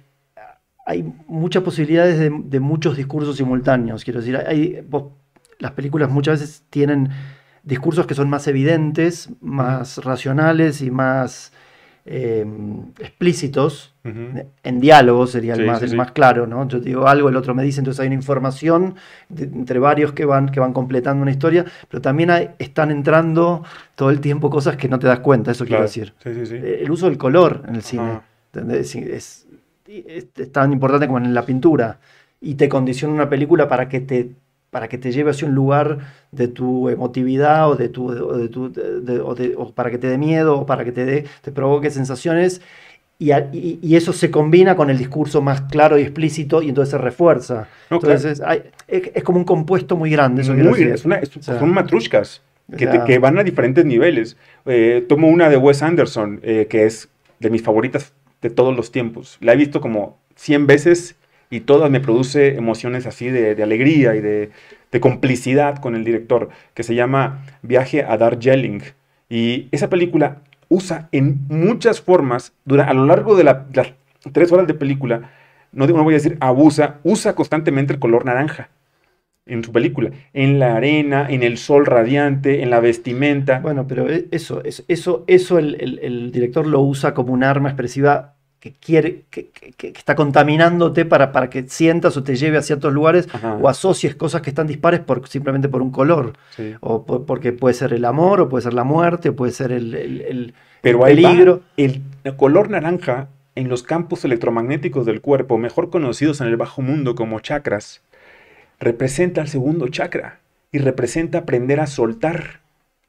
hay muchas posibilidades de, de muchos discursos simultáneos. Quiero decir, hay, vos- las películas muchas veces tienen discursos que son más evidentes, Ujú. más racionales y más eh, explícitos. Ujú. En diálogo sería el Sí, más, sí, el sí. más claro, ¿no? Yo te digo algo, el otro me dice, entonces hay una información de- entre varios que van, que van completando una historia, pero también hay- están entrando todo el tiempo cosas que no te das cuenta, eso quiero Claro. decir. Sí, sí, sí. Eh, El uso del color en el cine, Ajá. ¿entendés? Sí, Es, es- es tan importante como en la pintura y te condiciona una película para que te, para que te lleve hacia un lugar de tu emotividad o de tu, o de tu- de- de- o de- o para que te dé miedo o para que te dé, te provoque sensaciones y, a- y- y eso se combina con el discurso más claro y explícito y entonces se refuerza. No, claro. Entonces es, hay- es, es como un compuesto muy grande, eso quiero Muy, decir. es una, es- O sea, son matrushkas o que, te- sea, que van a diferentes niveles. Eh, tomo una de Wes Anderson, eh, que es de mis favoritas de todos los tiempos. La he visto como cien veces y todas me produce emociones así de, de alegría y de, de complicidad con el director, que se llama Viaje a Darjeeling. Y esa película usa en muchas formas, dura, a lo largo de la- las tres horas de película, no, digo- no voy a decir abusa, usa constantemente el color naranja en su película, en la arena, en el sol radiante, en la vestimenta. bueno, pero e- eso, es- eso, eso el, el- el director lo usa como un arma expresiva que quiere, que, que- que está contaminándote para, para que sientas o te lleve a ciertos lugares Ajá, o asocies cosas que están dispares por, simplemente por un color. sí. O po- porque puede ser el amor, o puede ser la muerte, o puede ser el, el- el- el Pero ahí va, peligro. el color naranja en los campos electromagnéticos del cuerpo, mejor conocidos en el bajo mundo como chakras, representa el segundo chakra y representa aprender a soltar.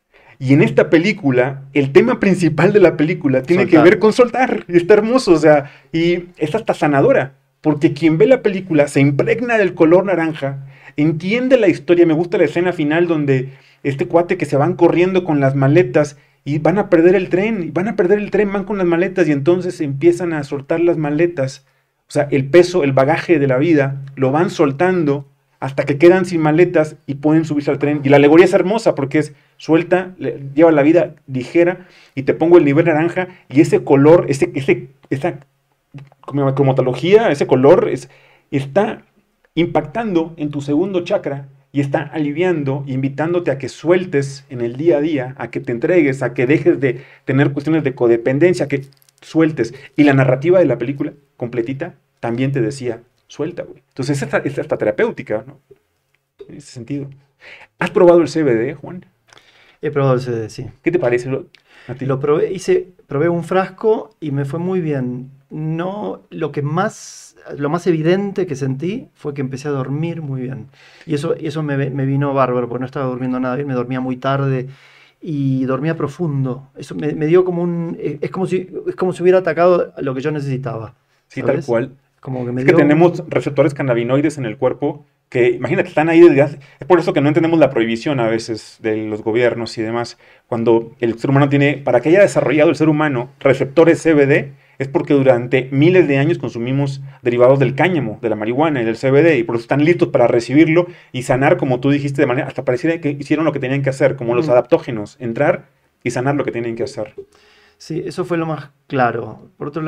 Y en esta película, el tema principal de la película tiene que Soltar. ver con soltar. Y está hermoso, o sea, y es hasta sanadora. Porque quien ve la película se impregna del color naranja, entiende la historia. Me gusta la escena final donde este cuate que se van corriendo con las maletas y van a perder el tren, y van a perder el tren, van con las maletas y entonces empiezan a soltar las maletas. O sea, el peso, el bagaje de la vida, lo van soltando hasta que quedan sin maletas y pueden subirse al tren. Y la alegoría es hermosa porque es suelta, le- lleva la vida ligera y te pongo el nivel naranja y ese color, ese, ese, esa como cromatología, ese color es, está impactando en tu segundo chakra y está aliviando, invitándote a que sueltes en el día a día, a que te entregues, a que dejes de tener cuestiones de codependencia, que sueltes. Y la narrativa de la película completita también te decía, suelta, güey. Entonces es hasta, es hasta terapéutica, ¿no? En ese sentido. ¿Has probado el C B D, Juan? He probado el C D, sí. ¿Qué te parece lo- a ti? Lo probé, hice, probé un frasco y me fue muy bien. No, lo que más, lo más evidente que sentí fue que empecé a dormir muy bien. Y eso, y eso me, me vino bárbaro, porque no estaba durmiendo nada bien, me dormía muy tarde y dormía profundo. Eso me, me dio como un, eh, es como si, es como si hubiera atacado lo que yo necesitaba, Sí, tal ¿sabes? cual. Como que me Es que dio tenemos un- receptores cannabinoides en el cuerpo que, imagínate, están ahí desde hace... Es por eso que no entendemos la prohibición a veces de los gobiernos y demás. Cuando el ser humano tiene, para que haya desarrollado el ser humano receptores C B D, es porque durante miles de años consumimos derivados del cáñamo, de la marihuana y del C B D, y por eso están listos para recibirlo y sanar, como tú dijiste, de manera, hasta pareciera que hicieron lo que tenían que hacer, como los Mm. adaptógenos, entrar y sanar lo que tienen que hacer. Sí, eso fue lo más claro. Por otro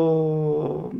lado,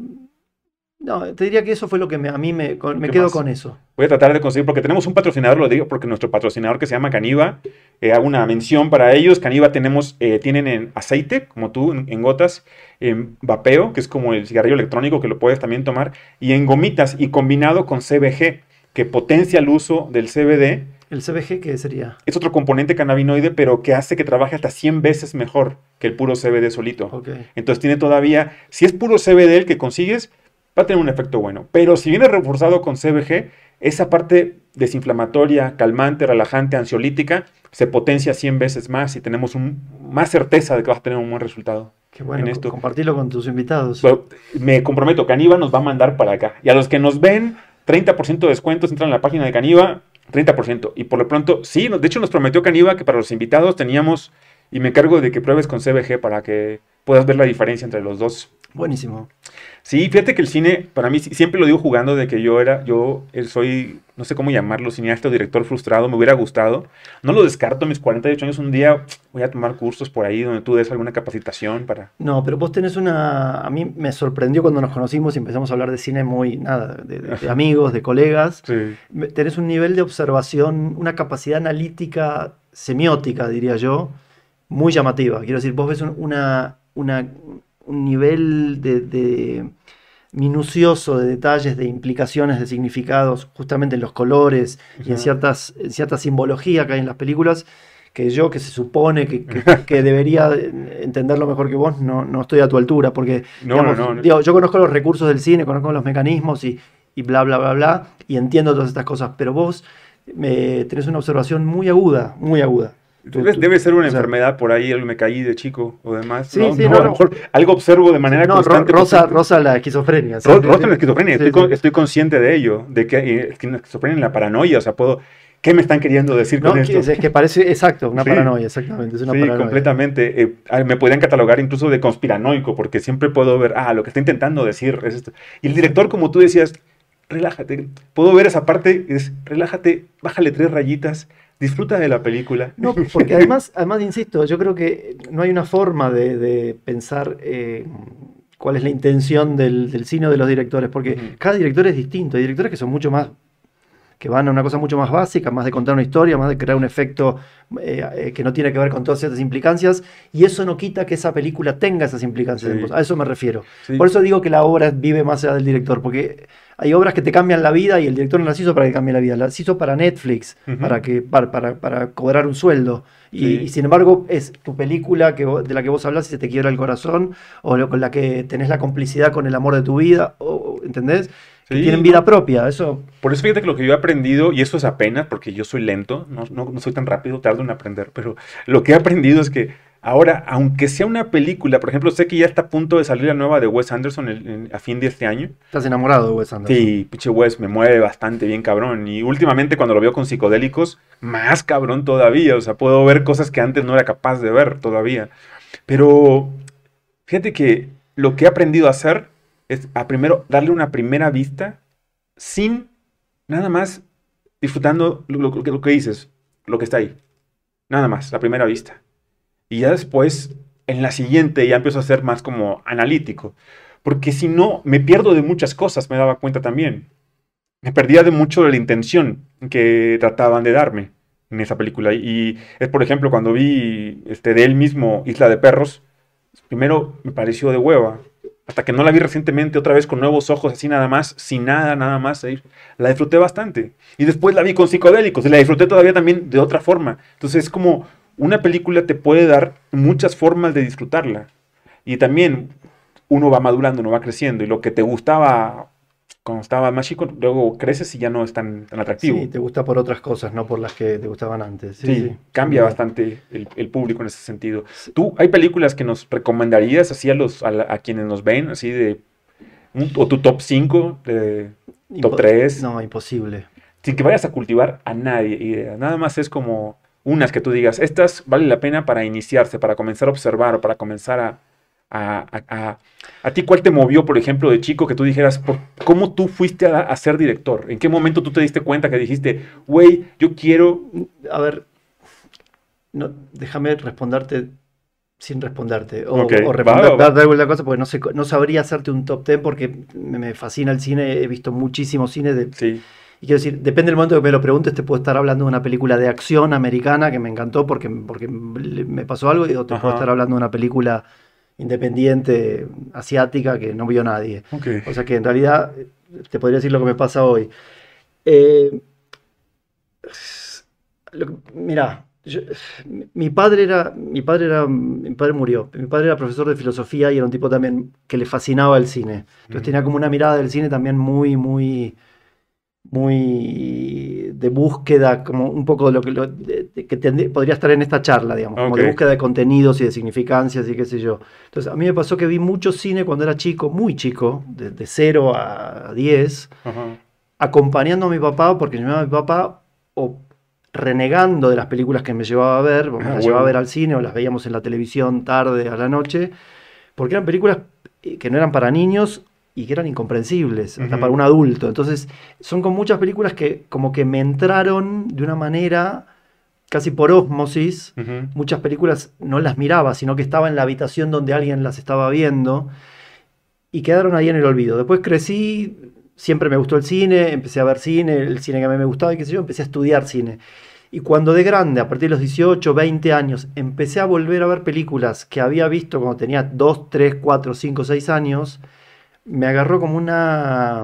no, te diría que eso fue lo que me- a mí me, con- me ¿Qué quedo más? con eso. Voy a tratar de conseguir, porque tenemos un patrocinador, lo digo porque nuestro patrocinador que se llama Caniva, eh, hago una mención para ellos. Caniva tenemos, eh, tienen en aceite, como tú, en, en gotas, en vapeo, que es como el cigarrillo electrónico que lo puedes también tomar, y en gomitas, y combinado con C B G, que potencia el uso del C B D. ¿El C B G qué sería? Es otro componente cannabinoide, pero que hace que trabaje hasta cien veces mejor que el puro C B D solito. Ok. Entonces tiene todavía, si es puro C B D el que consigues, va a tener un efecto bueno. Pero si viene reforzado con C B G, esa parte desinflamatoria, calmante, relajante, ansiolítica, se potencia cien veces más y tenemos un, más certeza de que vas a tener un buen resultado Qué bueno, en co- esto. compartirlo con tus invitados. Bueno, me comprometo, Caniva nos va a mandar para acá. Y a los que nos ven, treinta por ciento de descuentos, entran a la página de Caniva, treinta por ciento. Y por lo pronto, sí, no- de hecho nos prometió Caniva que para los invitados teníamos, y me encargo de que pruebes con C B G para que puedas ver la diferencia entre los dos. Buenísimo. Sí, fíjate que el cine, para mí, sí- siempre lo digo jugando de que yo era, yo eh, soy, no sé cómo llamarlo, cineasta o director frustrado, me hubiera gustado. No lo descarto, a mis cuarenta y ocho años, un día voy a tomar cursos por ahí donde tú des alguna capacitación para... No, pero vos tenés una... A mí me sorprendió cuando nos conocimos y empezamos a hablar de cine muy, nada, de, de- de amigos, de colegas. Sí. Me- Tenés un nivel de observación, una capacidad analítica, semiótica, diría yo, muy llamativa. Quiero decir, vos ves un, una, una- un nivel de, de minucioso de detalles, de implicaciones, de significados, justamente en los colores y en Ujú. ciertas, en cierta simbología que hay en las películas, que yo, que se supone que, que- que debería entenderlo mejor que vos, no, no estoy a tu altura, porque No, digamos, no, no. digo, yo conozco los recursos del cine, conozco los mecanismos y, y bla, bla, bla, bla, y entiendo todas estas cosas, pero vos me, tenés una observación muy aguda, muy aguda. Tu- Debe, tu- debe ser una o sea, enfermedad por ahí, el me caí de chico o demás. sí, No, sí, no, no, a lo no. mejor algo observo de sí, manera no, ro- constante. rosa, constante. rosa la esquizofrenia. Sí, Ro- sí, Rostro en sí. la esquizofrenia, Sí, estoy, con- sí. estoy consciente de ello, de que eh, es que la esquizofrenia en la paranoia, o sea, puedo... ¿Qué me están queriendo decir No, con que- esto? es, es que parece exacto, una Sí, paranoia, exactamente, es una sí, paranoia. completamente. Eh, ah, me podrían catalogar incluso de conspiranoico, porque siempre puedo ver, ah, lo que está intentando decir es esto. Y el director, como tú decías, relájate. Puedo ver esa parte, es relájate, bájale tres rayitas, disfruta de la película. No, porque además, además, insisto, yo creo que no hay una forma de, de pensar eh, cuál es la intención del, del cine o de los directores, porque Ujú. cada director es distinto. Hay directores que son mucho más, que van a una cosa mucho más básica, más de contar una historia, más de crear un efecto eh, eh, que no tiene que ver con todas ciertas implicancias, y eso no quita que esa película tenga esas implicancias. Sí. A eso me refiero. Sí. Por eso digo que la obra vive más allá del director, porque hay obras que te cambian la vida y el director no las hizo para que cambie la vida, las hizo para Netflix, Ujú. para, que, para, para, para cobrar un sueldo. Y, Sí. y sin embargo es tu película que vos- de la que vos hablas y se te quiebra el corazón, o lo- con la que tenés la complicidad con el amor de tu vida, o, ¿entendés? Que Sí, tienen no. vida propia, eso... Por eso fíjate que lo que yo he aprendido, y eso es apenas, porque yo soy lento, no, no, no soy tan rápido, tardo en aprender, pero lo que he aprendido es que ahora, aunque sea una película, por ejemplo, sé que ya está a punto de salir la nueva de Wes Anderson el- en- a fin de este año. Estás enamorado de Wes Anderson. Sí, pinche Wes me mueve bastante bien cabrón. Y últimamente cuando lo veo con psicodélicos, más cabrón todavía. O sea, puedo ver cosas que antes no era capaz de ver todavía. Pero fíjate que lo que he aprendido a hacer es a primero darle una primera vista sin nada más disfrutando lo, lo- lo que dices, lo que está ahí. Nada más, la primera vista. Y ya después, en la siguiente, ya empiezo a ser más como analítico. Porque si no, me pierdo de muchas cosas, me daba cuenta también. Me perdía de mucho de la intención que trataban de darme en esa película. Y es, por ejemplo, cuando vi este, de él mismo Isla de Perros, primero me pareció de hueva. Hasta que no la vi recientemente otra vez con nuevos ojos, así nada más, sin nada, nada más. ahí, La disfruté bastante. Y después la vi con psicodélicos y la disfruté todavía también de otra forma. Entonces es como una película te puede dar muchas formas de disfrutarla. Y también uno va madurando, uno va creciendo. Y lo que te gustaba cuando estaba más chico, luego creces y ya no es tan, tan Sí, atractivo. te gusta por otras cosas, no por las que te gustaban antes. Sí, Sí, sí, sin cambia duda. bastante el, el público en ese sentido. Sí, ¿Tú, hay películas que nos recomendarías así a, los, a, la- a quienes nos ven, así de, un- o tu top cinco de top impo- tres no, imposible. sin que vayas a cultivar a nadie ideas? Nada más es como unas que tú digas, estas vale la pena para iniciarse, para comenzar a observar o para comenzar a... A, a, a- ¿A ti cuál te movió, por ejemplo, de chico que tú dijeras, por, cómo tú fuiste a, a ser director? ¿En qué momento tú te diste cuenta que dijiste, güey, yo quiero... A ver, no, déjame responderte sin responderte. O, Ok, o va, responder, va, va. dar alguna cosa, porque no sé, no sabría hacerte un top diez porque me, me fascina el cine. He visto muchísimo cine de, Sí, y quiero decir, depende del momento que me lo preguntes, te puedo estar hablando de una película de acción americana que me encantó porque, porque me pasó algo, o te puedo estar ajá, hablando de una película independiente asiática que no vio nadie. ok. O sea que en realidad eh, te podría decir lo que me pasa hoy. Eh, lo que- Mirá, yo- mi mi padre era, mi padre era, mi padre murió. Mi padre era profesor de filosofía y era un tipo también que le fascinaba el cine. Entonces Ujú. tenía como una mirada del cine también muy, muy, muy de búsqueda, como un poco de lo que, lo- de- de- que tendría- podría estar en esta charla, digamos, como Ok, de búsqueda de contenidos y de significancias y qué sé yo. Entonces a mí me pasó que vi mucho cine cuando era chico, muy chico, de, de cero a diez, ajá. acompañando a mi papá, porque me llevaba a mi papá, o renegando de las películas que me llevaba a ver, o me Ah, las llevaba a ver huevo. al cine, o las veíamos en la televisión tarde, a la noche, porque eran películas eh, que no eran para niños y que eran incomprensibles, hasta para Ujú, un adulto. Entonces, son con muchas películas que como que me entraron de una manera casi por ósmosis. ujú. Muchas películas no las miraba, sino que estaba en la habitación donde alguien las estaba viendo y quedaron ahí en el olvido. Después crecí, siempre me gustó el cine, empecé a ver cine, el cine que a mí me gustaba y qué sé yo, empecé a estudiar cine. Y cuando de grande, a partir de los dieciocho, veinte años, empecé a volver a ver películas que había visto cuando tenía dos, tres, cuatro, cinco, seis años, me agarró como una...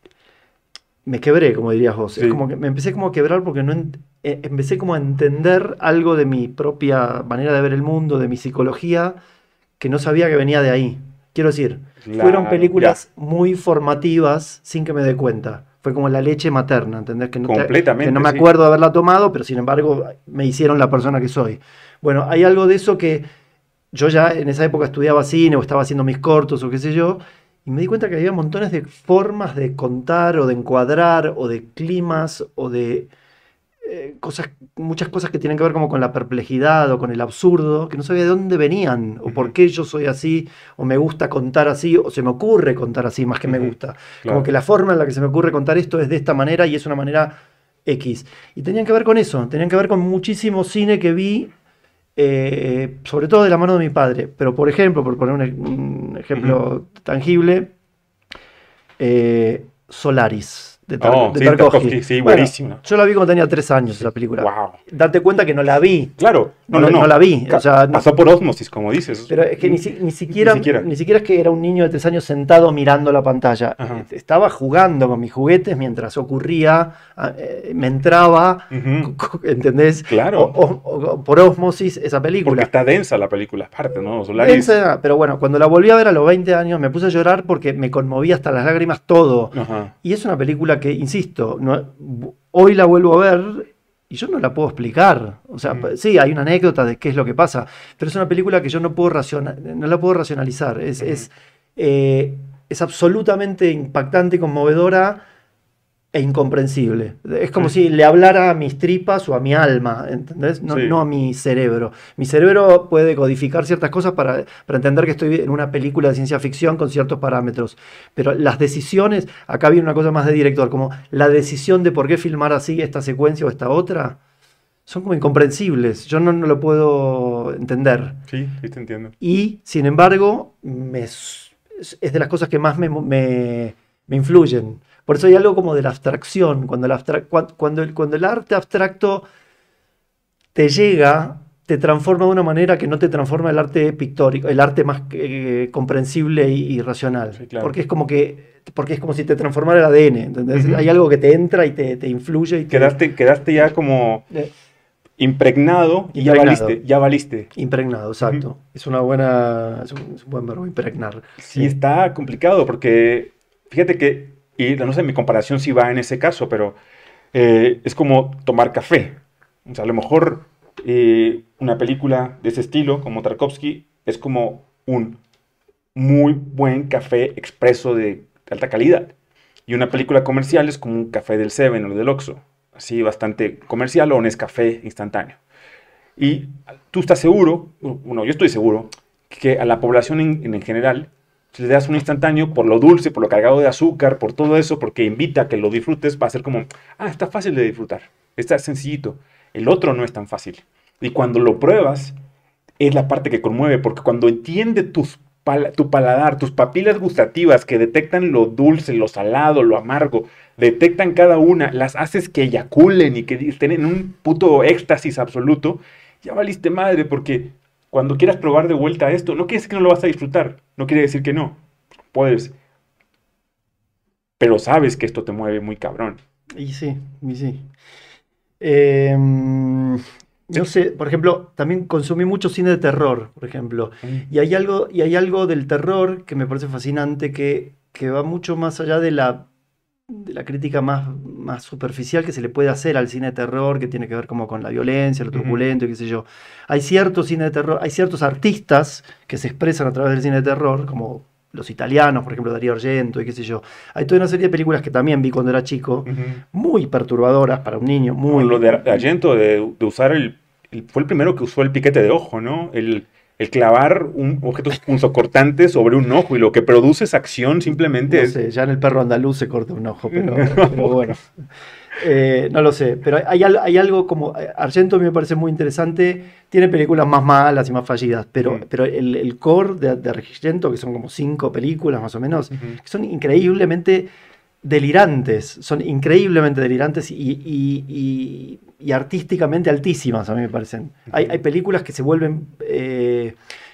Me quebré, como dirías vos. Es Sí, como que me empecé como a quebrar porque no ent- eh, empecé como a entender algo de mi propia manera de ver el mundo, de mi psicología, que no sabía que venía de ahí. Quiero decir, fueron claro, ya, películas muy formativas sin que me dé cuenta. Fue como la leche materna, ¿entendés? Que no, te- que no completamente, me sí. acuerdo de haberla tomado, pero sin embargo me hicieron la persona que soy. Bueno, hay algo de eso que yo ya en esa época estudiaba cine o estaba haciendo mis cortos o qué sé yo, y me di cuenta que había montones de formas de contar o de encuadrar o de climas o de eh, cosas, muchas cosas que tienen que ver como con la perplejidad o con el absurdo, que no sabía de dónde venían, o por Ujú, qué yo soy así, o me gusta contar así, o se me ocurre contar así más que me ujú, gusta. Como que claro. la forma en la que se me ocurre contar esto es de esta manera y es una manera X. Y tenían que ver con eso, tenían que ver con muchísimo cine que vi, eh, sobre todo de la mano de mi padre. Pero por ejemplo, por poner un, e- un Ujú. ejemplo tangible, eh, Solaris, de, Tar- Oh, de sí, Tarkovsky. Tarkovsky, sí, Bueno, buenísimo. yo la vi cuando tenía tres años esa Sí, película. wow. Date cuenta que no la vi, Claro, no, no, no, la- no no. la vi, o Ca- sea, no- pasó por ósmosis, como dices. pero es que ni, N- si- ni Ni siquiera, siquiera. ni siquiera es que era un niño de tres años sentado mirando la pantalla. Eh, Ajá. Estaba jugando con mis juguetes mientras ocurría, ah, eh, me entraba, Ujú, ¿entendés? O, claro, o- o por ósmosis esa porque película. está densa la película, aparte, ¿no? Solaris. Densa, pero bueno, cuando la volví a ver a los veinte años me puse a llorar porque me conmovía hasta las lágrimas todo. Ajá. Y es una película que, insisto, no- hoy la vuelvo a ver y yo no la puedo explicar. O sea, Ujú, sí, hay una anécdota de qué es lo que pasa, pero es una película que yo no puedo raciona- no la puedo racionalizar. Es, ujú, es, eh, es absolutamente impactante y conmovedora e incomprensible. Es como Sí. si le hablara a mis tripas o a mi alma, ¿entendés? No, Sí. no a mi cerebro. Mi cerebro puede codificar ciertas cosas para, para entender que estoy en una película de ciencia ficción con ciertos parámetros. Pero las decisiones, acá viene una cosa más de director, como la decisión de por qué filmar así esta secuencia o esta otra, son como incomprensibles. Yo no, no lo puedo entender. Sí, sí te entiendo. Y, sin embargo, me, es es de las cosas que más me, me, me influyen. Por eso hay algo como de la abstracción. Cuando el, abstra cuando, cuando, el, cuando el arte abstracto te llega, te transforma de una manera que no te transforma el arte pictórico, el arte más eh, comprensible y, y racional. Sí, claro. Porque es como que, porque es como si te transformara el A D N. ¿Entendés? Ujú. Hay algo que te entra y te, te influye. Y te, Quedaste, quedaste ya como eh, impregnado y ya Impregnado. valiste, ya valiste. impregnado, exacto. Ujú. Es una buena, es un, es un buen verbo, impregnar. Sí, está complicado porque fíjate que, y no sé, mi comparación sí va en ese caso, pero eh, es como tomar café. O sea, a lo mejor eh, una película de ese estilo, como Tarkovsky, es como un muy buen café expreso de alta calidad. Y una película comercial es como un café del Seven o del Oxxo, así bastante comercial o un Nescafé instantáneo. Y tú estás seguro, bueno, yo estoy seguro, que a la población en, en general, si le das un instantáneo por lo dulce, por lo cargado de azúcar, por todo eso, porque invita a que lo disfrutes, va a ser como, ah, está fácil de disfrutar, está sencillito. El otro no es tan fácil. Y cuando lo pruebas, es la parte que conmueve, porque cuando entiende tus pal tu paladar, tus papilas gustativas que detectan lo dulce, lo salado, lo amargo, detectan cada una, las haces que eyaculen y que estén en un puto éxtasis absoluto, ya valiste madre, porque cuando quieras probar de vuelta esto, no quiere decir que no lo vas a disfrutar, no quiere decir que no, puedes, pero sabes que esto te mueve muy cabrón. Y sí, y sí. Eh, no sé, por ejemplo, también consumí mucho cine de terror, por ejemplo. Y hay algo, y hay algo del terror que me parece fascinante que, que va mucho más allá de la, de la crítica más, más superficial que se le puede hacer al cine de terror, que tiene que ver como con la violencia, lo Ujú. truculento, y qué sé yo. Hay cierto cine de terror, hay ciertos artistas que se expresan a través del cine de terror, como los italianos, por ejemplo, Darío Argento y qué sé yo. Hay toda una serie de películas que también vi cuando era chico, Ujú. muy perturbadoras para un niño, No, muy... lo de Argento, de, de usar el, el- fue el primero que usó el piquete de ojo, ¿no? El, el clavar un objeto punzocortante sobre un ojo y lo que produce esa acción simplemente No es... sé, ya en el perro andaluz se corta un ojo, pero, pero bueno. Eh, no lo sé, pero hay, al- hay algo como. eh, Argento a mí me parece muy interesante. Tiene películas más malas y más fallidas, pero, Mm. pero el, el core de, de Argento, que son como cinco películas más o menos, Ujú. que son increíblemente delirantes. Son increíblemente delirantes y, y- y- y artísticamente altísimas, a mí me parecen. Hay, Ujú. hay películas que se vuelven. eh,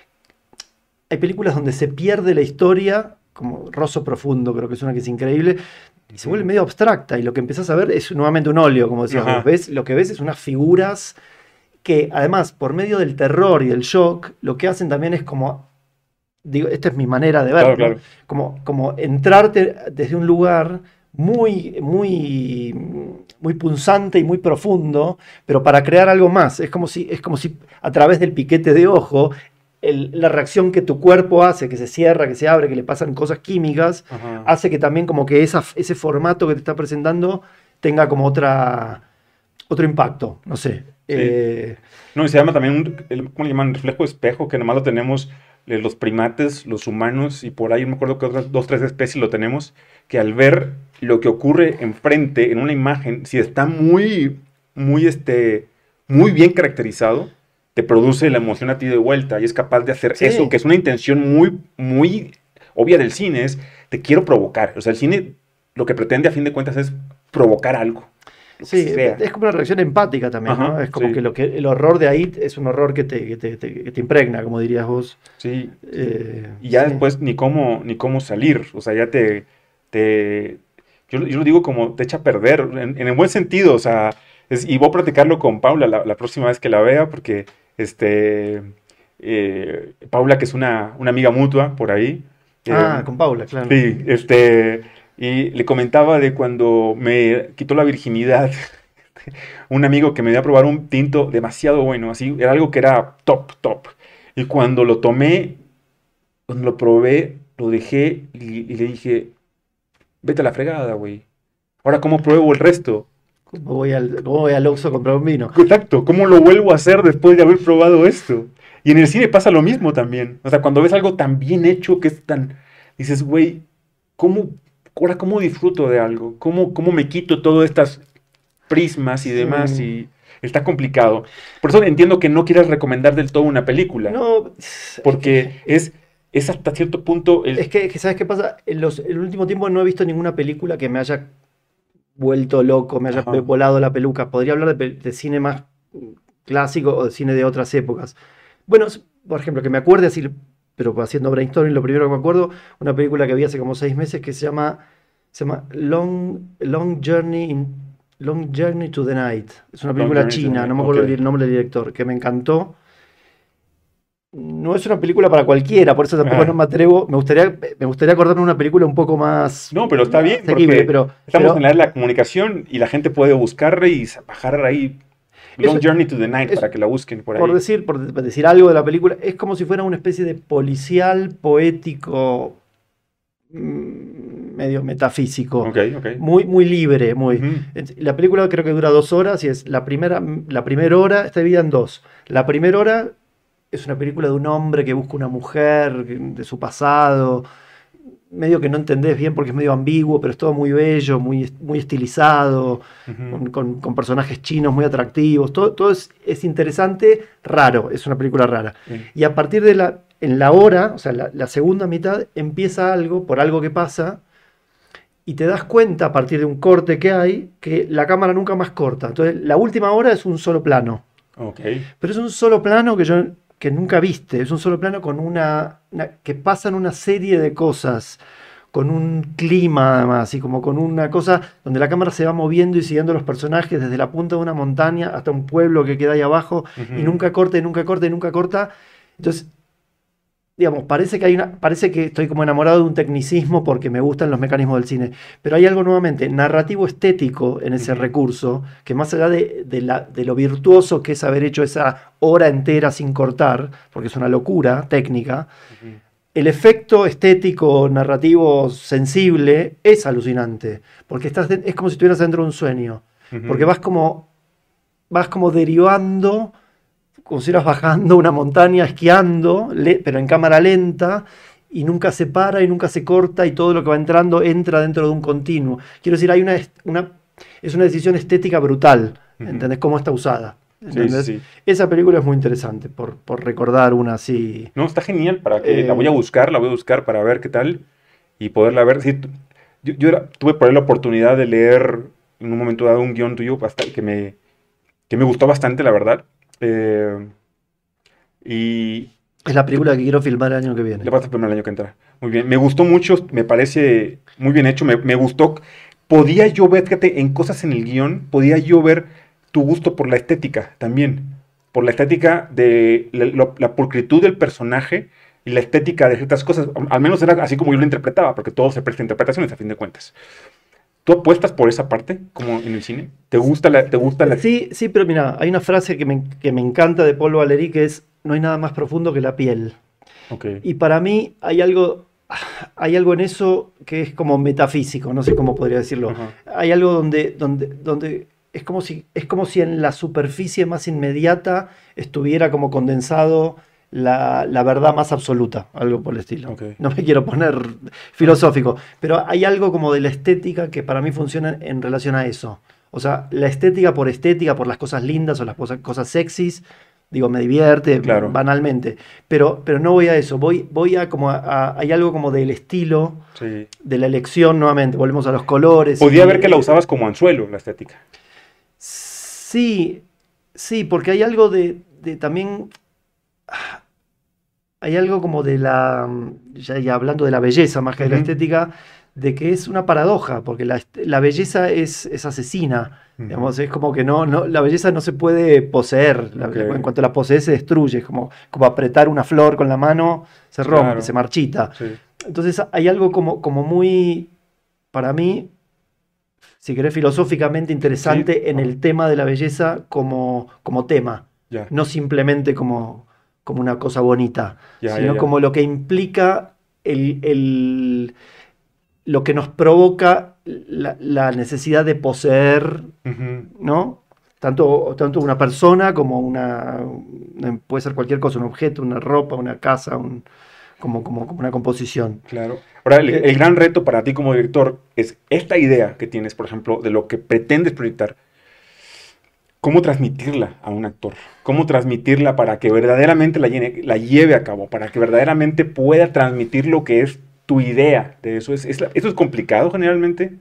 hay películas donde se pierde la historia, como Rosso Profundo, creo que es una que es increíble, y se vuelve Ujú. medio abstracta, y lo que empezás a ver es nuevamente un óleo, como decías Ajá. vos. ¿Ves? Lo que ves es unas figuras que, además, por medio del terror y del shock, lo que hacen también es como, digo, esta es mi manera de Claro, verlo, claro. como, como entrarte desde un lugar muy, muy, muy punzante y muy profundo, pero para crear algo más. Es como si, es como si a través del piquete de ojo, el- la reacción que tu cuerpo hace, que se cierra, que se abre, que le pasan cosas químicas, Ajá. hace que también como que esa, ese formato que te está presentando tenga como otra, otro impacto, no sé. Sí. Eh, No, y se llama también, un, el- ¿cómo le llaman? Reflejo espejo, que nomás lo tenemos eh, los primates, los humanos, y por ahí no me acuerdo que otras dos, tres especies lo tenemos, que al ver lo que ocurre enfrente en una imagen, si está muy, muy, este, muy bien caracterizado, te produce la emoción a ti de vuelta y es capaz de hacer sí, eso, que es una intención muy, muy obvia del cine, es te quiero provocar. O sea, el cine lo que pretende a fin de cuentas es provocar algo, lo que sí, sea. es como una reacción empática también, ¿no? Ajá, Es como sí. que, lo que el horror de ahí es un horror que te, que te, te- que te impregna, como dirías vos. Sí, Eh, y ya sí. después ni cómo, ni cómo salir, o sea, ya te, te yo, lo- yo lo digo como te echa a perder, en, en el buen sentido, o sea, es- y voy a platicarlo con Paula la, la próxima vez que la vea, porque, este, eh, Paula, que es una, una amiga mutua por ahí, Ah, eh, con Paula, claro. sí, este, y le comentaba de cuando me quitó la virginidad, un amigo que me dio a probar un tinto demasiado bueno, así, era algo que era top, top, y cuando lo tomé, cuando lo probé, lo dejé y, y le dije, vete a la fregada, güey. Ahora, ¿cómo pruebo el resto? ¿Cómo voy al, cómo voy al Oxxo a comprar un vino? Exacto, ¿cómo lo vuelvo a hacer después de haber probado esto? Y en el cine pasa lo mismo también. O sea, cuando ves algo tan bien hecho que es tan... Dices, güey, ¿cómo, ahora cómo disfruto de algo? ¿Cómo, cómo me quito todas estas prismas y demás? Sí. Y está complicado. Por eso entiendo que no quieras recomendar del todo una película. No, es Porque que, es, es hasta cierto punto es el... que, que ¿sabes qué pasa? En los, en el último tiempo no he visto ninguna película que me haya vuelto loco, me haya Ajá. volado la peluca. Podría hablar de, pe- de cine más clásico o de cine de otras épocas. Bueno, s- por ejemplo, que me acuerde así, pero haciendo brainstorming, lo primero que me acuerdo, una película que vi hace como seis meses que se llama, se llama Long, Long Journey in- Long Journey to the Night. Es una Long película Journey to the china, Night. no me Ok. acuerdo el nombre del director, que me encantó. No es una película para cualquiera, por eso tampoco no Ajá. me atrevo. Me gustaría, me gustaría acordarme de una película un poco más No, pero está bien asequible, porque pero, estamos en la pero era de la comunicación y la gente puede buscarla y bajar ahí eso Long Journey to the Night es, para que la busquen por por ahí. decir, por de- decir algo de la película, es como si fuera una especie de policial poético, mm, medio metafísico, Ok, ok. muy, muy libre, muy. Ujú. es- La película creo que dura dos horas y es la primera, la primera hora está dividida en dos. La primera hora es una película de un hombre que busca una mujer, que- de su pasado, medio que no entendés bien porque es medio ambiguo, pero es todo muy bello, muy, muy estilizado, Ujú. con, con- con personajes chinos muy atractivos. Todo, todo es, es interesante, raro, es una película rara. Sí. Y a partir de la, en la hora, o sea, la, la segunda mitad, empieza algo, por algo que pasa, y te das cuenta a partir de un corte que hay, que la cámara nunca más corta. Entonces, la última hora es un solo plano. Ok. Pero es un solo plano que yo que nunca viste. Es un solo plano con una, una- que pasan una serie de cosas, con un clima además, y como con una cosa donde la cámara se va moviendo y siguiendo los personajes desde la punta de una montaña hasta un pueblo que queda ahí abajo, y Ujú. nunca corta, y nunca corta, y nunca corta. Entonces, digamos, parece que hay una, parece que estoy como enamorado de un tecnicismo porque me gustan los mecanismos del cine, pero hay algo nuevamente narrativo estético en ese Ujú. recurso, que más allá de, de la- de lo virtuoso que es haber hecho esa hora entera sin cortar, porque es una locura técnica, Ujú. el efecto estético, narrativo, sensible es alucinante, porque estás de- es como si estuvieras dentro de un sueño, porque Ujú. vas como, vas como derivando como si estuvieras bajando una montaña, esquiando, le- pero en cámara lenta, y nunca se para y nunca se corta, y todo lo que va entrando entra dentro de un continuo. Quiero decir, hay una, est- una- es una decisión estética brutal, Ujú. ¿entendés? Cómo está usada. Sí, sí, ¿Entendés? sí. Esa película es muy interesante, por, por recordar una así. No, está genial para que la voy a Eh, buscar, la voy a buscar para ver qué tal y poderla ver. Sí, tu- yo yo era- tuve por ahí la oportunidad de leer en un momento dado un guión tuyo bastante, que me, que me gustó bastante, la verdad. Eh, y es la película que quiero filmar el año que viene. le vas a filmar el año que entra. Muy bien. Me gustó mucho, me parece muy bien hecho, me, me gustó. Podía yo ver, fíjate, en cosas en el guión, podía yo ver tu gusto por la estética también. Por la estética de la, lo- la pulcritud del personaje y la estética de ciertas cosas. Al al menos era así como yo lo interpretaba, porque todo se presta a interpretaciones a fin de cuentas. ¿Tú apuestas por esa parte, como en el cine? ¿Te gusta la, te gusta la... Sí, sí, pero mira, hay una frase que me, que me encanta de Paul Valéry que es, no hay nada más profundo que la piel. Ok. Y para mí hay algo, hay algo en eso que es como metafísico, no sé cómo podría decirlo. Ajá. Hay algo donde, donde, donde es como si, es como si en la superficie más inmediata estuviera como condensado la, la verdad más absoluta, algo por el estilo. Ok. No me quiero poner filosófico, pero hay algo como de la estética que para mí funciona en relación a eso. O sea, la estética por estética, por las cosas lindas o las cosas, cosas sexys, digo, me divierte Claro. banalmente. Pero, pero no voy a eso, voy, voy a como a, a- hay algo como del estilo, Sí. de la elección nuevamente, volvemos a los colores. Podía y- ver que la usabas como anzuelo, la estética. Sí, sí, porque hay algo de, de también, hay algo como de la, ya, ya hablando de la belleza más que de la Ujú. estética, de que es una paradoja, porque la, est- la belleza es, es asesina. Ujú. Digamos, es como que no, no, la belleza no se puede poseer. La- Ok. en cuanto la posees se destruye. Es como, como apretar una flor con la mano, se rompe, Claro. se marchita. Sí. Entonces hay algo como, como muy, para mí, si querés, filosóficamente interesante Sí. en Ajá. el tema de la belleza como, como tema. Ya. No simplemente como, como una cosa bonita, Ya, ya, sino ya. como lo que implica el, el- lo que nos provoca la, la necesidad de poseer, Ujú. ¿no? Tanto, tanto una persona como una, una- puede ser cualquier cosa, un objeto, una ropa, una casa, un, como, como, como una composición. Claro. Ahora, el, Eh, el gran reto para ti como director es esta idea que tienes, por ejemplo, de lo que pretendes proyectar. ¿Cómo transmitirla a un actor? ¿Cómo transmitirla para que verdaderamente la, llene- la lleve a cabo? Para que verdaderamente pueda transmitir lo que es tu idea de eso. ¿Es, es la- ¿Eso es complicado generalmente?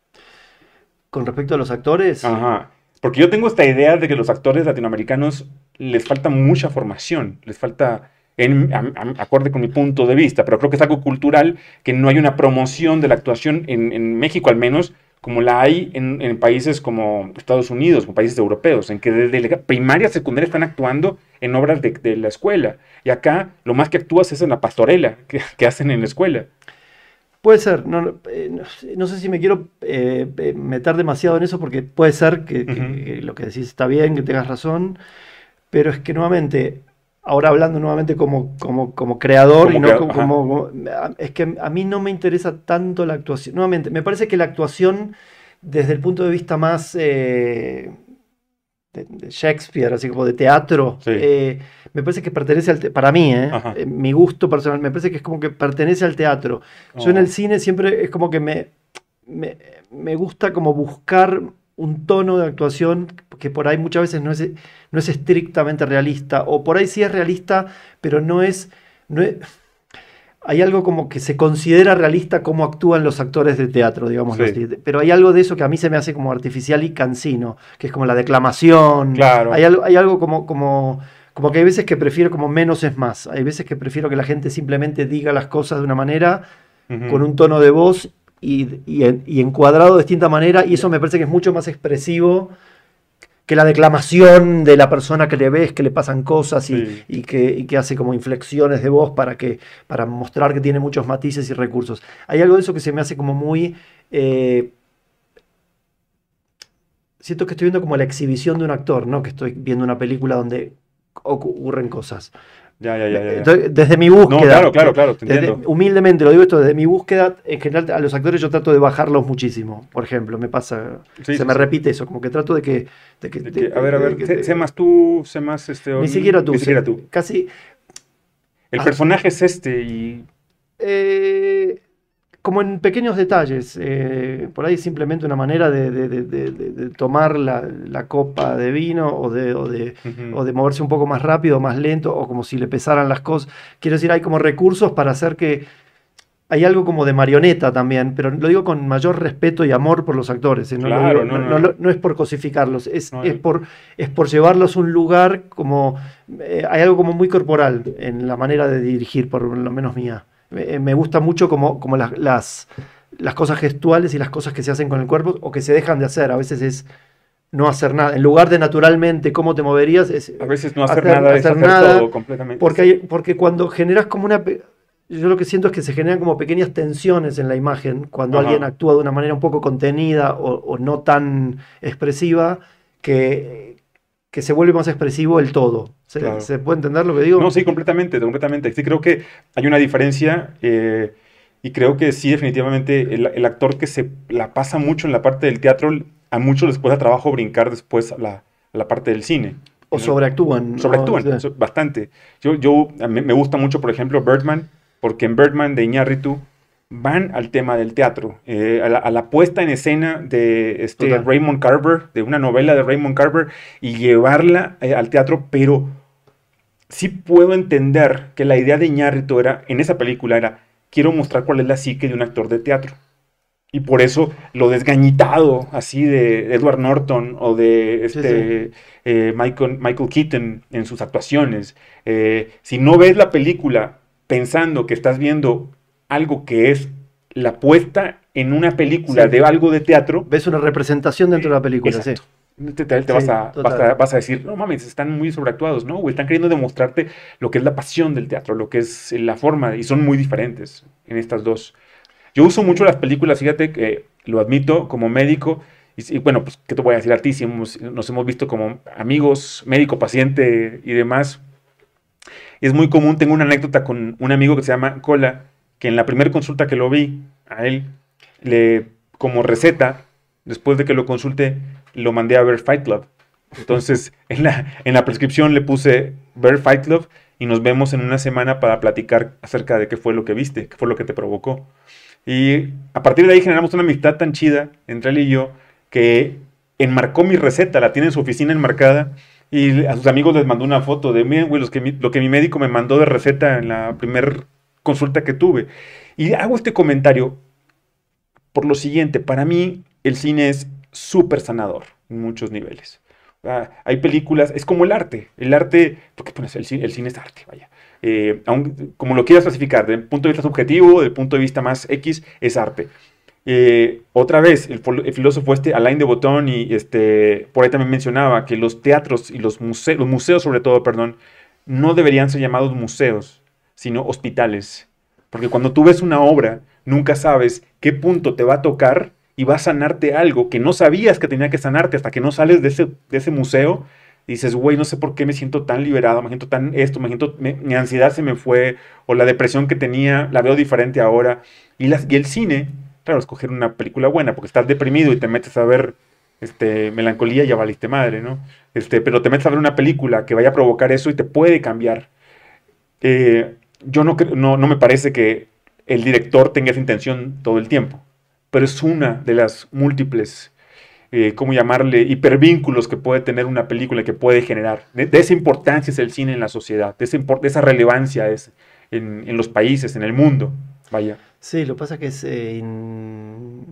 con respecto a los actores, Ajá. Porque yo tengo esta idea de que los actores latinoamericanos les falta mucha formación, les falta, en, a- a- acorde con mi punto de vista, pero creo que es algo cultural, que no hay una promoción de la actuación en, en México al menos, como la hay en, en países como Estados Unidos, como países europeos, en que desde la primaria, secundaria están actuando en obras de, de la escuela. Y acá lo más que actúas es en la pastorela que, que hacen en la escuela. puede ser, no, no, eh, no sé no sé si me quiero eh, eh, meter demasiado en eso porque puede ser que, que- Ujú. que lo que decís está bien, que tengas razón, pero es que nuevamente, ahora hablando nuevamente como, como, como creador y Como que, no como, ajá. como- es que a mí no me interesa tanto la actuación. Nuevamente, me parece que la actuación desde el punto de vista más eh, de, de Shakespeare, así como de teatro, Sí. eh, me parece que pertenece al, te- para mí, eh, Ajá. eh, mi gusto personal, me parece que es como que pertenece al teatro. Yo en el Oh, cine siempre es como que me, me, me gusta como buscar un tono de actuación que por ahí muchas veces no es, no es estrictamente realista, o por ahí sí es realista, pero no es, no es- hay algo como que se considera realista cómo actúan los actores de teatro, digámoslo sí. así. Pero hay algo de eso que a mí se me hace como artificial y cansino, que es como la declamación. Hay Claro. algo, hay algo como, como, como que hay veces que prefiero como menos es más. Hay veces que prefiero que la gente simplemente diga las cosas de una manera, con Ujú. un tono de voz y, y, en- y encuadrado de distinta manera, y eso me parece que es mucho más expresivo que la declamación de la persona que le ves, que le pasan cosas y, Sí. y que, y que hace como inflexiones de voz para, que, para mostrar que tiene muchos matices y recursos. Hay algo de eso que se me hace como muy... eh, siento que estoy viendo como la exhibición de un actor, ¿no? Que estoy viendo una película donde ocurren cosas. Ya, ya, ya, ya, ya. Entonces, desde mi No, claro, búsqueda, claro, claro, te desde, entiendo. humildemente lo digo esto, desde mi búsqueda, en general a los actores yo trato de bajarlos muchísimo. Por ejemplo, me pasa, Sí, se sí, me sí. repite eso, como que trato de que... De que De de- que, a de- ver, a de- ver, de- sé, sé de- más tú, sé más este ni Orly, siquiera tú, ni siquiera se- tú. casi... El ah, personaje es este y... eh, como en pequeños detalles, eh, por ahí simplemente una manera de, de- de- de- de- de tomar la, la copa de vino o de, o de, Ujú. o de moverse un poco más rápido, más lento, o como si le pesaran las cosas. Quiero decir, hay como recursos para hacer que... Hay algo como de marioneta también, pero lo digo con mayor respeto y amor por los actores, ¿eh? No lo Claro, digo, no, no, no, no lo- no. no es por cosificarlos, es, No, es el- por, es por llevarlos a un lugar como... eh, hay algo como muy corporal en la manera de dirigir, por lo menos mía. Me, me gusta mucho como, como las, las, las cosas gestuales y las cosas que se hacen con el cuerpo o que se dejan de hacer. A veces es no hacer nada. En lugar de naturalmente cómo te moverías, es a eh, veces no hacer hacer, nada es hacer hacer nada. todo completamente. Porque, Sí. hay, porque cuando generas como una... pe- yo lo que siento es que se generan como pequeñas tensiones en la imagen cuando alguien Ajá, actúa de una manera un poco contenida o, o no tan expresiva que, que se vuelve más expresivo el todo. ¿Se, claro. se puede entender lo que No, digo? sí, completamente, completamente. Sí, creo que hay una diferencia eh, y creo que sí, definitivamente, el, el actor que se la pasa mucho en la parte del teatro, a muchos les cuesta trabajo brincar después a la, a la parte del cine. O ¿No? sobreactúan. O Sobreactúan sea, so- bastante. Yo, yo a mí me gusta mucho, por ejemplo, Birdman, porque en Birdman de Iñárritu van al tema del teatro, eh, a, la, a la puesta en escena de este total. Raymond Carver, de una novela de Raymond Carver, y llevarla eh, al teatro, pero sí puedo entender que la idea de Iñárritu era, en esa película era, quiero mostrar cuál es la psique de un actor de teatro. Y por eso lo desgañitado así de Edward Norton o de Sí, sí. este eh, Michael, Michael Keaton en sus actuaciones. Eh, si no ves la película pensando que estás viendo algo que es la puesta en una película Sí. de algo de teatro, Ves una representación dentro de la película, sí. exacto. Te, te- te vas, Sí, a, vas, total. a, vas a decir, no mames, están muy sobreactuados, ¿no? O están queriendo demostrarte lo que es la pasión del teatro, lo que es la forma, y son muy diferentes en estas dos. Yo uso mucho las películas, fíjate que lo admito como médico. Y, y bueno, pues, ¿qué te voy a decir a ti? Si hemos- nos hemos visto como amigos, médico, paciente y demás. Es muy común, tengo una anécdota con un amigo que se llama Cola, que en la primera consulta que lo vi, a él, le como receta, después de que lo consulté, lo mandé a ver Fight Club. Entonces, en la, en la prescripción le puse ver Fight Club y nos vemos en una semana para platicar acerca de qué fue lo que viste, qué fue lo que te provocó. Y a partir de ahí generamos una amistad tan chida entre él y yo que enmarcó mi receta, la tiene en su oficina enmarcada y a sus amigos les mandó una foto de, miren, güey, los que mi, lo que mi médico me mandó de receta en la primera consulta que tuve. Y hago este comentario por lo siguiente, para mí el cine es súper sanador en muchos niveles. Ah, hay películas, es como el arte, el arte, porque pues, el, cine, el cine es arte, vaya. Eh, aun, como lo quieras clasificar, desde el punto de vista subjetivo, desde el punto de vista más X, es arte. Eh, otra vez, el, el filósofo este, Alain de Botton, y este, por ahí también mencionaba que los teatros y los museos, los museos sobre todo, perdón, no deberían ser llamados museos, sino hospitales. Porque cuando tú ves una obra, nunca sabes qué punto te va a tocar y va a sanarte algo que no sabías que tenía que sanarte hasta que no sales de ese, de ese museo y dices, güey, no sé por qué me siento tan liberado, me siento tan esto, me siento, me, mi ansiedad se me fue, o la depresión que tenía, la veo diferente ahora. Y, las, y el cine, claro, escoger una película buena, porque estás deprimido y te metes a ver este, melancolía, ya valiste madre, ¿no? Este, pero te metes a ver una película que vaya a provocar eso y te puede cambiar. Eh, yo no, no, no me parece que el director tenga esa intención todo el tiempo, pero es una de las múltiples, eh, ¿cómo llamarle?, hipervínculos que puede tener una película, que puede generar. De, de esa importancia es el cine en la sociedad, de esa, de esa relevancia es en, en los países, en el mundo, vaya. Sí, lo que pasa es que es eh, in...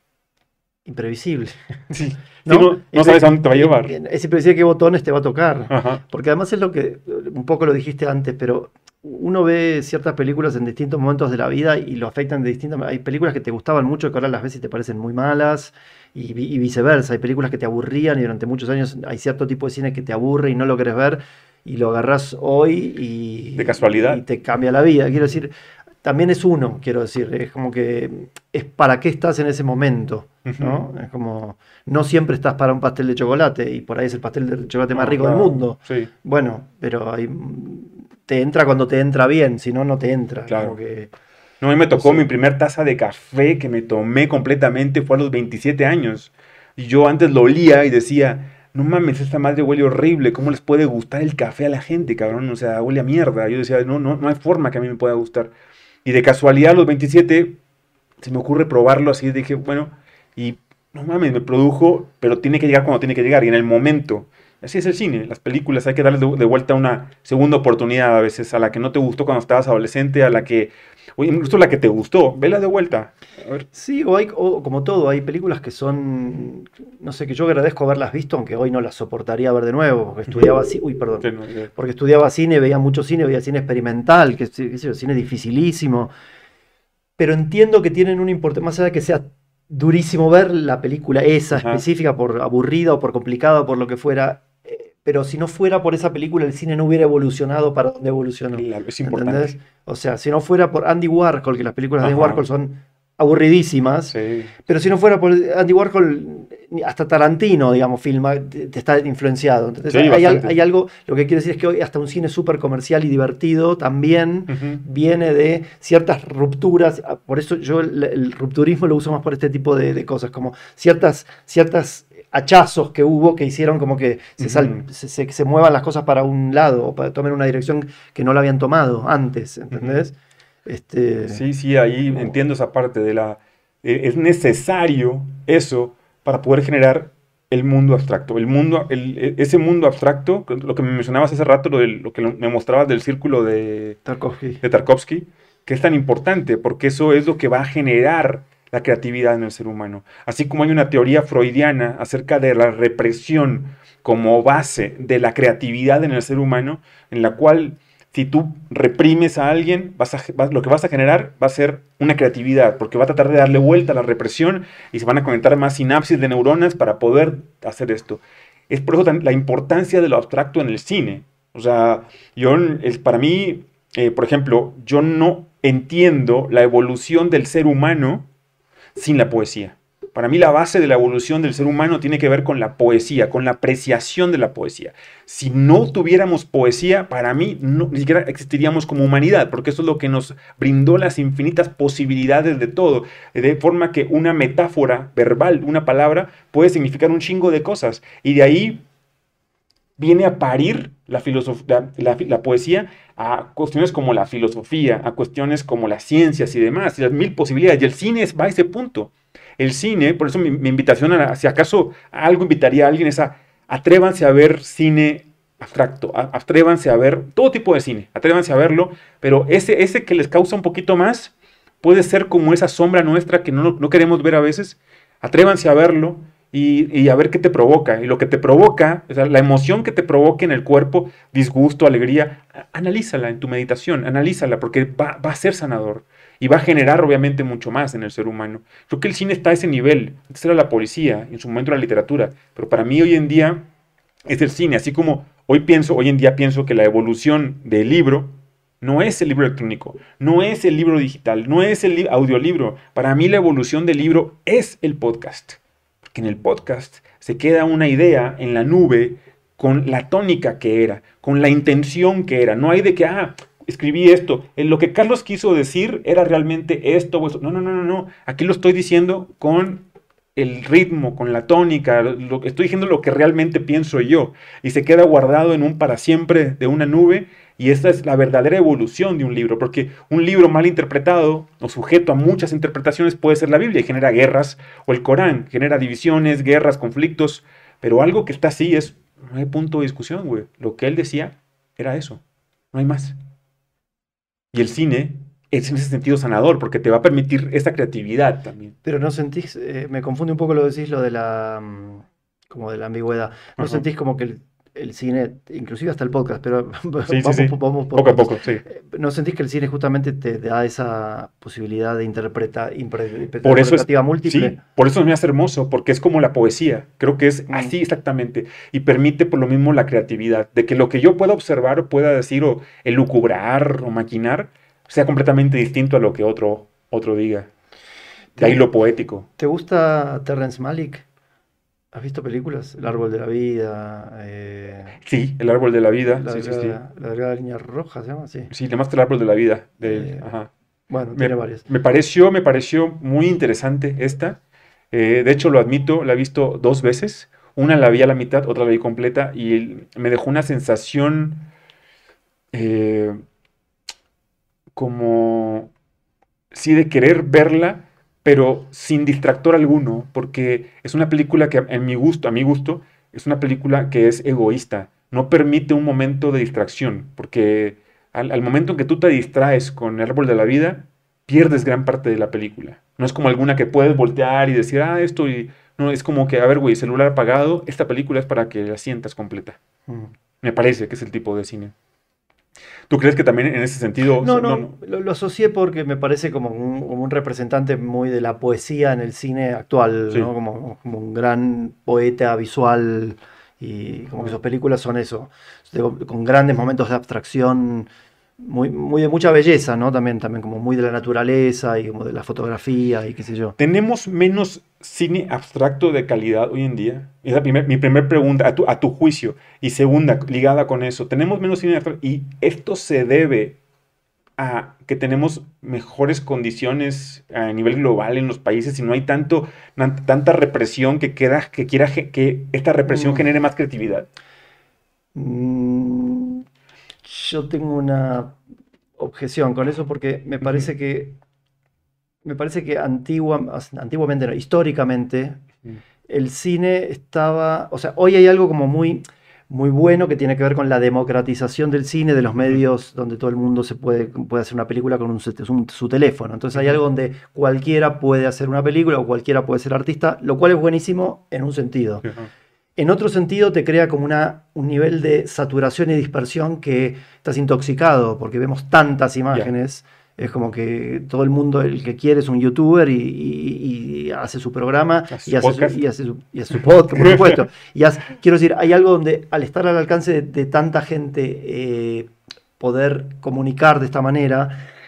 imprevisible. Sí, ¿no? Sí, no, no sabes a dónde te va a llevar. Es imprevisible qué botones te va a tocar. Ajá. Porque además es lo que, un poco lo dijiste antes, pero uno ve ciertas películas en distintos momentos de la vida y lo afectan de distintas maneras. Hay películas que te gustaban mucho que ahora las ves y te parecen muy malas, y, y viceversa. Hay películas que te aburrían y durante muchos años hay cierto tipo de cine que te aburre y no lo querés ver y lo agarrás hoy y... De casualidad. Y te cambia la vida. Quiero decir, también es uno, quiero decir. Es como que es para qué estás en ese momento, ¿no? Uh-huh. Es como, no siempre estás para un pastel de chocolate y por ahí es el pastel de chocolate más no, rico claro. del mundo. Sí. Bueno, pero hay... te entra cuando te entra bien, si no, no te entra. Claro. Como que, no, a mí me tocó, no sé. Mi primer taza de café que me tomé completamente fue a los veintisiete años. Y yo antes lo olía y decía, no mames, esta madre huele horrible, ¿cómo les puede gustar el café a la gente, cabrón? O sea, huele a mierda. Yo decía, no, no, no hay forma que a mí me pueda gustar. Y de casualidad a los veintisiete se me ocurre probarlo así, dije, bueno, y no mames, me produjo, pero tiene que llegar cuando tiene que llegar, y en el momento. Así es el cine, las películas, hay que darles de, de vuelta una segunda oportunidad a veces, a la que no te gustó cuando estabas adolescente, a la que, o incluso la que te gustó, vela de vuelta. A ver. Sí, o, hay, o como todo, hay películas que son, no sé, que yo agradezco haberlas visto, aunque hoy no las soportaría ver de nuevo, porque estudiaba cine, uy, perdón, sí, no, porque estudiaba cine, veía mucho cine, veía cine experimental, que es cine dificilísimo, pero entiendo que tienen un importante, más allá de que sea durísimo ver la película esa Ajá. específica, por aburrida o por complicada o por lo que fuera, pero si no fuera por esa película, el cine no hubiera evolucionado para donde evolucionó. Claro, es importante. ¿Entendés? O sea, si no fuera por Andy Warhol, que las películas Ajá. de Andy Warhol son aburridísimas, sí. pero si no fuera por Andy Warhol, hasta Tarantino, digamos, filma, te, te está influenciado. Entonces, sí, hay, hay algo, lo que quiero decir es que hoy hasta un cine súper comercial y divertido también uh-huh. viene de ciertas rupturas, por eso yo el, el rupturismo lo uso más por este tipo de, de cosas, como ciertas, ciertas hachazos que hubo que hicieron como que se, sal, uh-huh. se, se, se muevan las cosas para un lado o para tomar una dirección que no la habían tomado antes, ¿entendés? Uh-huh. Este, sí, sí, ahí no. entiendo esa parte de la... Eh, es necesario eso para poder generar el mundo abstracto. El mundo, el, ese mundo abstracto, lo que me mencionabas hace rato, lo, de, lo que me mostrabas del círculo de Tarkovsky. de Tarkovsky, que es tan importante, porque eso es lo que va a generar la creatividad en el ser humano. Así como hay una teoría freudiana acerca de la represión como base de la creatividad en el ser humano, en la cual si tú reprimes a alguien, vas a, vas, lo que vas a generar va a ser una creatividad, porque va a tratar de darle vuelta a la represión y se van a conectar más sinapsis de neuronas para poder hacer esto. Es por eso la importancia de lo abstracto en el cine. O sea, yo, es, para mí, eh, por ejemplo, yo no entiendo la evolución del ser humano sin la poesía. Para mí la base de la evolución del ser humano tiene que ver con la poesía, con la apreciación de la poesía. Si no tuviéramos poesía, para mí no, ni siquiera existiríamos como humanidad, porque eso es lo que nos brindó las infinitas posibilidades de todo, de forma que una metáfora verbal, una palabra, puede significar un chingo de cosas. Y de ahí viene a parir la, la, la, la poesía a cuestiones como la filosofía, a cuestiones como las ciencias y demás, y las mil posibilidades. Y el cine va a ese punto. El cine, por eso mi, mi invitación, a, si acaso a algo invitaría a alguien, es a atrévanse a ver cine abstracto, a, atrévanse a ver todo tipo de cine, atrévanse a verlo, pero ese, ese que les causa un poquito más puede ser como esa sombra nuestra que no, no queremos ver a veces. Atrévanse a verlo. Y, y a ver qué te provoca. Y lo que te provoca, o sea, la emoción que te provoque en el cuerpo, disgusto, alegría, analízala en tu meditación, analízala, porque va, va a ser sanador. Y va a generar, obviamente, mucho más en el ser humano. Creo que el cine está a ese nivel. Antes era la policía, en su momento la literatura. Pero para mí hoy en día es el cine. Así como hoy pienso, hoy en día pienso que la evolución del libro no es el libro electrónico, no es el libro digital, no es el audiolibro. Para mí la evolución del libro es el podcast. Que en el podcast se queda una idea en la nube con la tónica que era, con la intención que era. No hay de que, ah, escribí esto. En lo que Carlos quiso decir era realmente esto o eso. No, no, no, no, no. Aquí lo estoy diciendo con el ritmo, con la tónica. Lo, estoy diciendo lo que realmente pienso yo. Y se queda guardado en un para siempre de una nube. Y esta es la verdadera evolución de un libro, porque un libro mal interpretado o sujeto a muchas interpretaciones puede ser la Biblia y genera guerras, o el Corán, genera divisiones, guerras, conflictos, pero algo que está así es, no hay punto de discusión, güey. Lo que él decía era eso, no hay más. Y el cine es en ese sentido sanador, porque te va a permitir esa creatividad también. Pero no sentís, eh, me confunde un poco lo que decís, lo de la, mm, como de la ambigüedad. ¿No Ajá. sentís como que el el cine, inclusive hasta el podcast, pero sí, vamos, sí, sí. vamos poco a poco, sí. ¿No sentís que el cine justamente te da esa posibilidad de interpreta, interpretativa por eso es, múltiple? Sí, por eso me hace hermoso, porque es como la poesía. Creo que es mm. así exactamente. Y permite por lo mismo la creatividad, de que lo que yo pueda observar o pueda decir o elucubrar o maquinar sea completamente distinto a lo que otro, otro diga. De ahí lo poético. ¿Te gusta Terrence Malick? ¿Has visto películas? El árbol de la vida. Eh, sí, el árbol de la vida. La, sí, delgada, sí, sí. la delgada línea roja se llama, sí. Sí, además el árbol de la vida. De, eh, ajá. Bueno, me, tiene varias. Me pareció, me pareció muy interesante esta. Eh, de hecho, lo admito, la he visto dos veces. Una la vi a la mitad, otra la vi completa. Y el, me dejó una sensación eh, como, sí, de querer verla, pero sin distractor alguno, porque es una película que en mi gusto, a mi gusto, es una película que es egoísta, no permite un momento de distracción, porque al, al momento en que tú te distraes con el árbol de la vida, pierdes gran parte de la película. No es como alguna que puedes voltear y decir, ah, esto, y no, es como que, a ver, güey, celular apagado, esta película es para que la sientas completa. Mm. Me parece que es el tipo de cine. ¿Tú crees que también en ese sentido? No, no, no. Lo, lo asocié porque me parece como un, como un representante muy de la poesía en el cine actual, sí. ¿no? Como, como un gran poeta visual y como que sus películas son eso, con grandes momentos de abstracción, muy, muy de mucha belleza, ¿no? También, también como muy de la naturaleza y como de la fotografía y qué sé yo. ¿Tenemos menos cine abstracto de calidad hoy en día? Es la primer, mi primera pregunta, a tu, a tu juicio. Y segunda, ligada con eso, ¿tenemos menos cine abstracto? ¿Y esto se debe a que tenemos mejores condiciones a nivel global en los países y no hay tanto, tanta represión que, queda, que quiera que esta represión mm. genere más creatividad? Mm. Yo tengo una objeción con eso porque me parece uh-huh. que me parece que antigua, antiguamente, no, históricamente, uh-huh. el cine estaba, o sea, hoy hay algo como muy, muy bueno que tiene que ver con la democratización del cine, de los medios uh-huh. donde todo el mundo se puede, puede hacer una película con un, un, su teléfono. Entonces uh-huh. hay algo donde cualquiera puede hacer una película o cualquiera puede ser artista, lo cual es buenísimo en un sentido. Uh-huh. En otro sentido te crea como una, un nivel de saturación y dispersión que estás intoxicado porque vemos tantas imágenes. Yeah. Es como que todo el mundo, el que quiere es un youtuber y, y, y hace su programa y hace su, y, hace su, y hace su podcast, por supuesto. Y hace, quiero decir, hay algo donde al estar al alcance de, de tanta gente eh, poder comunicar de esta manera,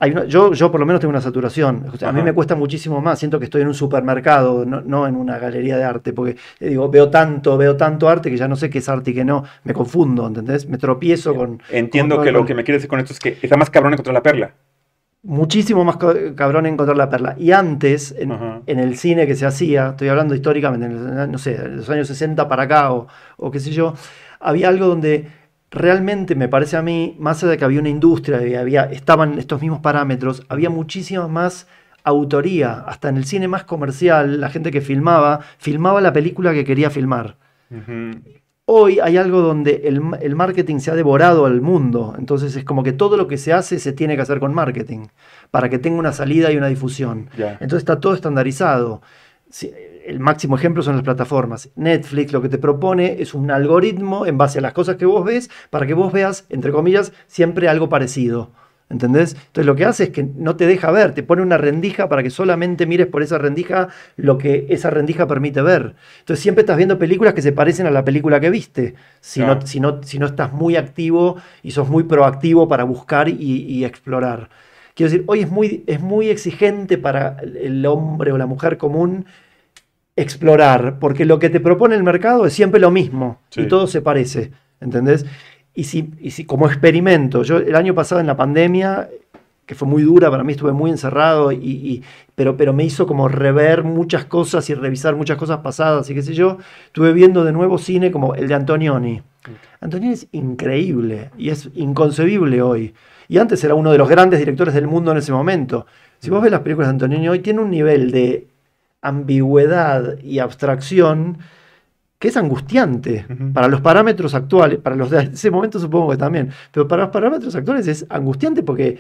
hay una- yo, yo por lo menos tengo una saturación. O sea, a mí Ajá. me cuesta muchísimo más. Siento que estoy en un supermercado, no, no en una galería de arte. Porque eh, digo, veo tanto, veo tanto arte que ya no sé qué es arte y qué no. Me confundo, ¿entendés? Me tropiezo con, con, Entiendo con- que lo con- que me quieres decir con esto es que está más cabrón encontrar la perla. muchísimo más ca- cabrón encontrar la perla. Y antes, en, Ajá. en el cine que se hacía, estoy hablando históricamente, en el- no sé, de los años sesenta para acá o, o qué sé yo, había algo donde realmente me parece a mí, más allá de que había una industria y había, estaban estos mismos parámetros, había muchísima más autoría. Hasta en el cine más comercial, la gente que filmaba, filmaba la película que quería filmar. Ujú. Hoy hay algo donde el, ma- el marketing se ha devorado al mundo, entonces es como que todo lo que se hace se tiene que hacer con marketing, para que tenga una salida y una difusión. Ya. Entonces está todo estandarizado. Si- El máximo ejemplo son las plataformas. Netflix lo que te propone es un algoritmo en base a las cosas que vos ves, para que vos veas, entre comillas, siempre algo parecido. ¿Entendés? Entonces lo que hace es que no te deja ver, te pone una rendija para que solamente mires por esa rendija lo que esa rendija permite ver. Entonces siempre estás viendo películas que se parecen a la película que viste, si no, Ya. si no, si no estás muy activo y sos muy proactivo para buscar y, y explorar. Quiero decir, hoy es muy, es muy exigente para el hombre o la mujer común explorar, porque lo que te propone el mercado es siempre lo mismo y Sí. todo se parece, ¿entendés? Y si, y si como experimento, yo el año pasado en la pandemia, que fue muy dura para mí, estuve muy encerrado, y, y- pero, pero me hizo como rever muchas cosas y revisar muchas cosas pasadas y qué sé yo, estuve viendo de nuevo cine como el de Antonioni. Antonioni es increíble y es inconcebible hoy. Y antes era uno de los grandes directores del mundo en ese momento. Si vos ves las películas de Antonioni hoy, tiene un nivel de ambigüedad y abstracción que es angustiante Ujú. para los parámetros actuales, para los de ese momento supongo que también, pero para los parámetros actuales es angustiante porque,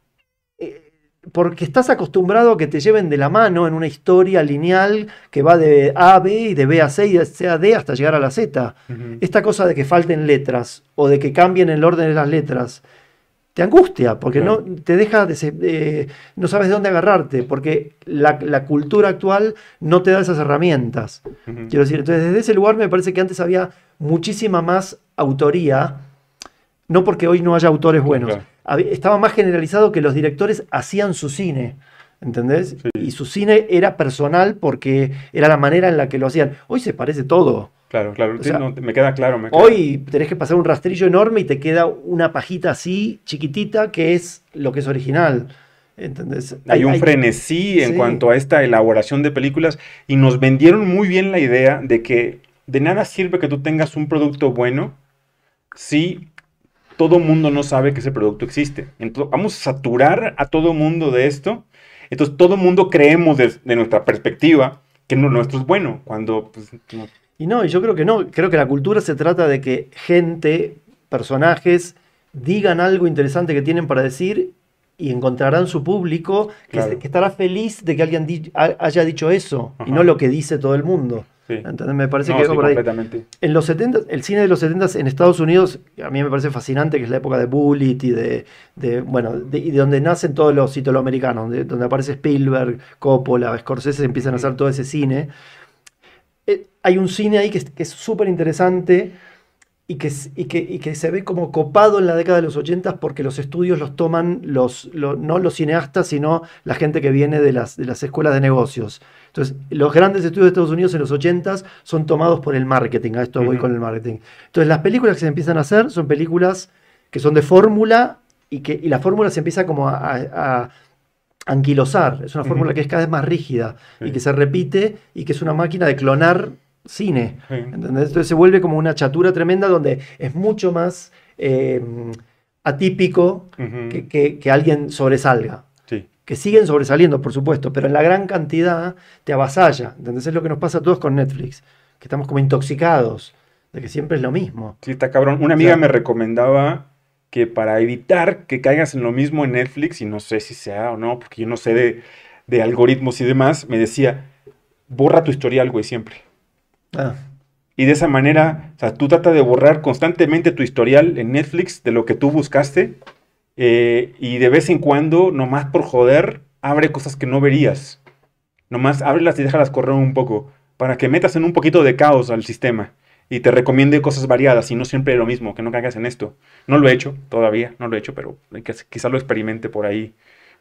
eh, porque estás acostumbrado a que te lleven de la mano en una historia lineal que va de A a B y de B a C y de C a D hasta llegar a la Z. Ujú. Esta cosa de que falten letras o de que cambien el orden de las letras te angustia, porque Claro. no te deja, de se- eh, no sabes de dónde agarrarte, porque la, la cultura actual no te da esas herramientas. Ujú. Quiero decir, entonces desde ese lugar me parece que antes había muchísima más autoría, no porque hoy no haya autores Claro, buenos. claro. Hab- Estaba más generalizado que los directores hacían su cine, ¿entendés? Sí. Y su cine era personal porque era la manera en la que lo hacían. Hoy se parece todo. Claro, claro. O Sí, sea, no, me queda claro. Me queda- Hoy tenés que pasar un rastrillo enorme y te queda una pajita así, chiquitita, que es lo que es original. ¿Entendés? Hay un frenesí en sí. cuanto a esta elaboración de películas y nos vendieron muy bien la idea de que de nada sirve que tú tengas un producto bueno si todo mundo no sabe que ese producto existe. Entonces, vamos a saturar a todo mundo de esto. Entonces, todo mundo creemos desde de nuestra perspectiva que lo nuestro es bueno, cuando pues, no. Y no, y yo creo que no. Creo que la cultura se trata de que gente, personajes, digan algo interesante que tienen para decir y encontrarán su público que, Claro. que estará feliz de que alguien di- ha- haya dicho eso y Ajá. no lo que dice todo el mundo. Sí. Entonces me parece No, que sí, algo por ahí. completamente. En los setenta, el cine de los setenta en Estados Unidos, a mí me parece fascinante, que es la época de Bullitt y de, de, bueno, de, y de donde nacen todos los italoamericanos, donde, donde aparece Spielberg, Coppola, Scorsese, empiezan a hacer todo ese cine. Eh, hay un cine ahí que es que es súper interesante y que, s- y, que, y que se ve como copado en la década de los ochenta porque los estudios los toman los, lo- no los cineastas, sino la gente que viene de las, de las escuelas de negocios. Entonces, los grandes estudios de Estados Unidos en los ochenta son tomados por el marketing. A esto voy Ujú. con el marketing. Entonces, las películas que se empiezan a hacer son películas que son de fórmula y que y la fórmula se empieza como a, a- a anquilosar. Es una Ujú. fórmula que es cada vez más rígida y Sí. que se repite y que es una máquina de clonar cine. Sí. ¿Entendés? Entonces se vuelve como una chatura tremenda donde es mucho más eh, atípico Ujú. que, que- que alguien sobresalga. Sí. Que siguen sobresaliendo, por supuesto, pero en la gran cantidad te avasalla. ¿Entendés? Es lo que nos pasa a todos con Netflix, que estamos como intoxicados de que siempre es lo mismo. Sí, está cabrón. Una amiga O sea, me recomendaba que para evitar que caigas en lo mismo en Netflix, y no sé si sea o no, porque yo no sé de, de algoritmos y demás, me decía, borra tu historial, güey, siempre. ah, Y de esa manera, o sea, tú trata de borrar constantemente tu historial en Netflix de lo que tú buscaste, eh, y de vez en cuando, nomás por joder, abre cosas que no verías. Nomás ábrelas y déjalas correr un poco, para que metas en un poquito de caos al sistema y te recomiende cosas variadas y no siempre lo mismo, que no caigas en esto. No lo he hecho todavía, no lo he hecho, pero hay que- quizá lo experimente por ahí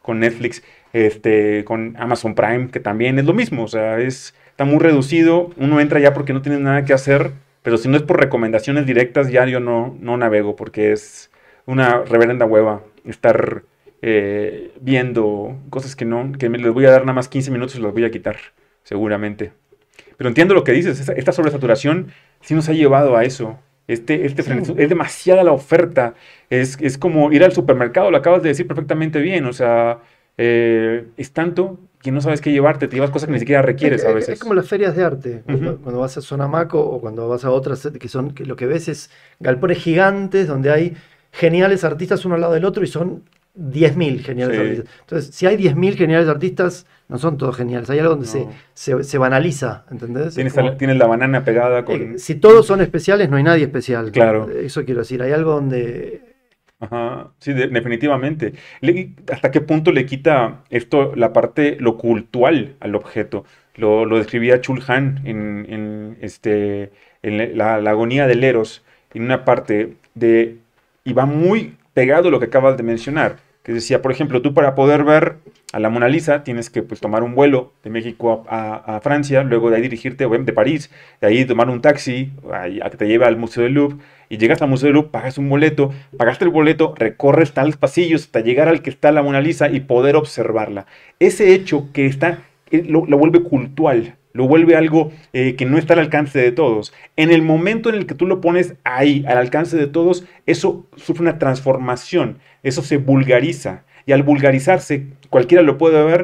con Netflix, este, con Amazon Prime, que también es lo mismo, o sea, es, está muy reducido, uno entra ya porque no tiene nada que hacer, pero si no es por recomendaciones directas, ya yo no, no navego, porque es una reverenda hueva estar eh, viendo cosas que no, que me les voy a dar nada más quince minutos y los voy a quitar, seguramente. Pero entiendo lo que dices, esta, esta sobresaturación sí nos ha llevado a eso. Este, este Sí. frenesí- es demasiada la oferta. Es, es como ir al supermercado, lo acabas de decir perfectamente bien. O sea, eh, es tanto que no sabes qué llevarte, te llevas cosas que ni siquiera Es, requieres a es- es como veces. las ferias de arte, cuando, Ujú. cuando vas a Sonamaco o cuando vas a otras que son, que lo que ves es galpones gigantes donde hay geniales artistas uno al lado del otro y son diez mil geniales Sí, artistas. Entonces, si hay diez mil geniales artistas, no son todos geniales, hay algo donde se, no. se, se banaliza, ¿entendés? Es Tienes, a la, como, tienes la banana pegada eh, con... si todos son especiales, no hay nadie especial. Claro. Eso quiero decir, hay algo donde... Ajá, sí, de- definitivamente. Le- ¿hasta qué punto le quita esto la parte, lo cultural al objeto? Lo, lo describía Chul Han en, en, este, en la, la agonía del Eros, en una parte de, y va muy pegado a lo que acabas de mencionar, que decía, por ejemplo, tú para poder ver a la Mona Lisa tienes que pues, tomar un vuelo de México a, a- a Francia, luego de ahí dirigirte, o de París, de ahí tomar un taxi a, a que te lleve al Museo del Louvre, y llegas al Museo del Louvre, pagas un boleto, pagaste el boleto, recorres tales pasillos hasta llegar al que está la Mona Lisa y poder observarla. Ese hecho que está, eh, lo, lo vuelve cultural, lo vuelve algo eh, que no está al alcance de todos. En el momento en el que tú lo pones ahí, al alcance de todos, eso sufre una transformación, eso se vulgariza. Y al vulgarizarse, cualquiera lo puede ver,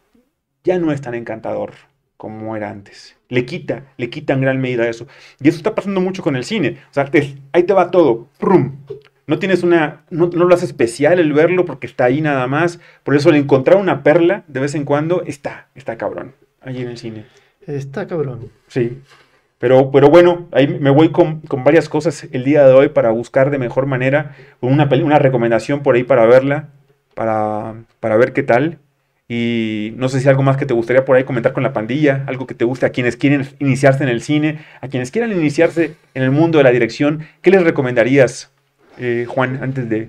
ya no es tan encantador como era antes. Le quita, le quita en gran medida eso. Y eso está pasando mucho con el cine. O sea, te- ahí te va todo. ¡Prum! No tienes una, no, no lo hace especial el verlo porque está ahí nada más. Por eso el encontrar una perla de vez en cuando está, está cabrón. Ahí en el cine. Está cabrón. Sí. Pero, pero bueno, ahí me voy con, con varias cosas el día de hoy para buscar de mejor manera una, peli- una recomendación por ahí para verla, para, para ver qué tal. Y no sé si algo más que te gustaría por ahí comentar con la pandilla, algo que te guste a quienes quieren iniciarse en el cine, a quienes quieran iniciarse en el mundo de la dirección. ¿Qué les recomendarías, eh, Juan, antes de...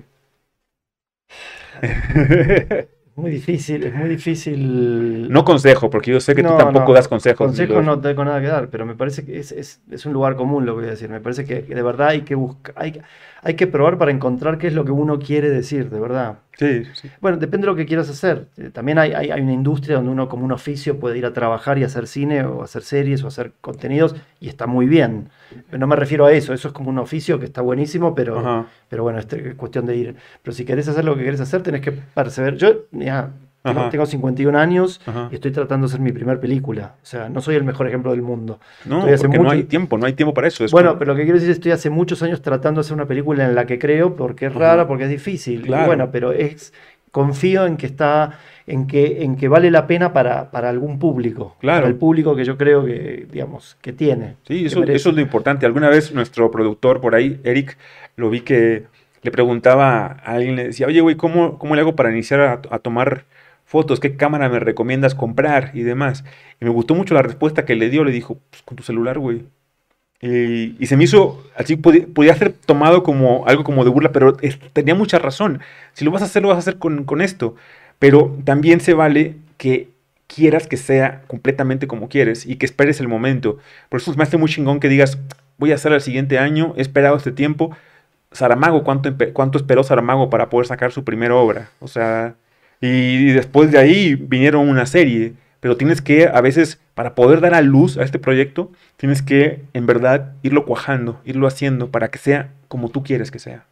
Muy difícil, es muy difícil. No consejo, porque yo sé que tú No, tampoco das no, consejos. ni consejos los- no tengo nada que dar, pero me parece que es, es- es un lugar común lo que voy a decir. Me parece que de verdad hay que buscar, hay, hay que probar para encontrar qué es lo que uno quiere decir, de verdad. Sí, sí. Bueno, depende de lo que quieras hacer. Eh, También hay, hay, hay una industria donde uno como un oficio puede ir a trabajar y hacer cine o hacer series o hacer contenidos y está muy bien. Pero no me refiero a eso, eso es como un oficio que está buenísimo, pero, Ajá, pero bueno, es te- cuestión de ir. Pero si querés hacer lo que querés hacer, tenés que perseverar. Yo, mirá, tengo, ajá, tengo cincuenta y un años ajá. y estoy tratando de hacer mi primer película. O sea, no soy el mejor ejemplo del mundo. No, Estoy hace porque no mucho, hay tiempo, no hay tiempo para eso. Es bueno, como... pero lo que quiero decir es que estoy hace muchos años tratando de hacer una película en la que creo, porque es rara, Ajá, porque es difícil. Y claro, bueno, pero es, confío en que está, en que, en que vale la pena para, para algún público, para el claro. público que yo creo que, digamos, que tiene, Sí, que eso, eso es merece. lo importante. Alguna vez nuestro productor por ahí, Eric, lo vi que le preguntaba a alguien, le decía, oye, güey, ¿cómo, cómo le hago para iniciar a, a tomar fotos? ¿Qué cámara me recomiendas comprar? Y demás. Y me gustó mucho la respuesta que le dio. Le dijo, pues con tu celular, güey. Y, y se me hizo, así podía, podía ser tomado como algo como de burla, pero es- tenía mucha razón. Si lo vas a hacer, lo vas a hacer con, con esto. Pero también se vale que quieras que sea completamente como quieres y que esperes el momento. Por eso me hace muy chingón que digas, voy a hacer el siguiente año, he esperado este tiempo. Saramago, ¿cuánto, empe- cuánto esperó Saramago para poder sacar su primera obra? O sea, y, y después de ahí vinieron una serie, pero tienes que, a veces, para poder dar a luz a este proyecto, tienes que, en verdad, irlo cuajando, irlo haciendo para que sea como tú quieres que sea.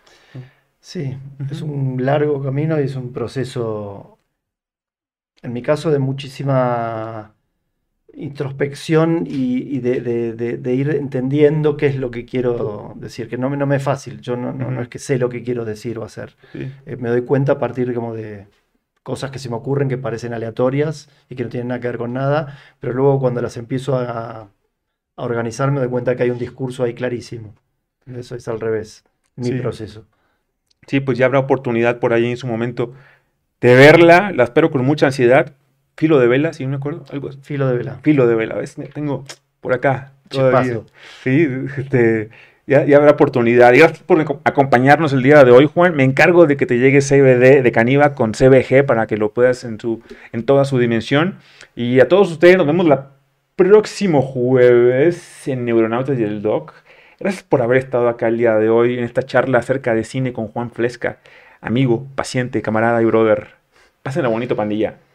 Sí, es Ujú, un largo camino y es un proceso, en mi caso, de muchísima introspección y, y de, de- de- de ir entendiendo qué es lo que quiero decir, que no, me- no me es fácil, yo no, no, no ujú, es que sé lo que quiero decir o hacer. sí, Eh, me doy cuenta a partir como de cosas que se me ocurren que parecen aleatorias y que no tienen nada que ver con nada, pero luego cuando las empiezo a, a organizar me doy cuenta que hay un discurso ahí clarísimo. Eso es al revés, mi sí. proceso. Sí, pues ya habrá oportunidad por ahí en su momento de verla. La espero con mucha ansiedad. Filo de vela, si no me acuerdo. Algo Filo de vela, Filo de vela, ¿ves? Tengo por acá todavía. chispazo. Sí, este, Ya, ya habrá oportunidad. Y gracias por aco- acompañarnos el día de hoy, Juan. Me encargo de que te llegue C B D de Caniva con C B G para que lo puedas en, su, en toda su dimensión. Y a todos ustedes nos vemos la próximo jueves en Neuronautas y el Doc. Gracias por haber estado acá el día de hoy en esta charla acerca de cine con Juan Flesca. Amigo, paciente, camarada y brother. Pásenla bonito, pandilla.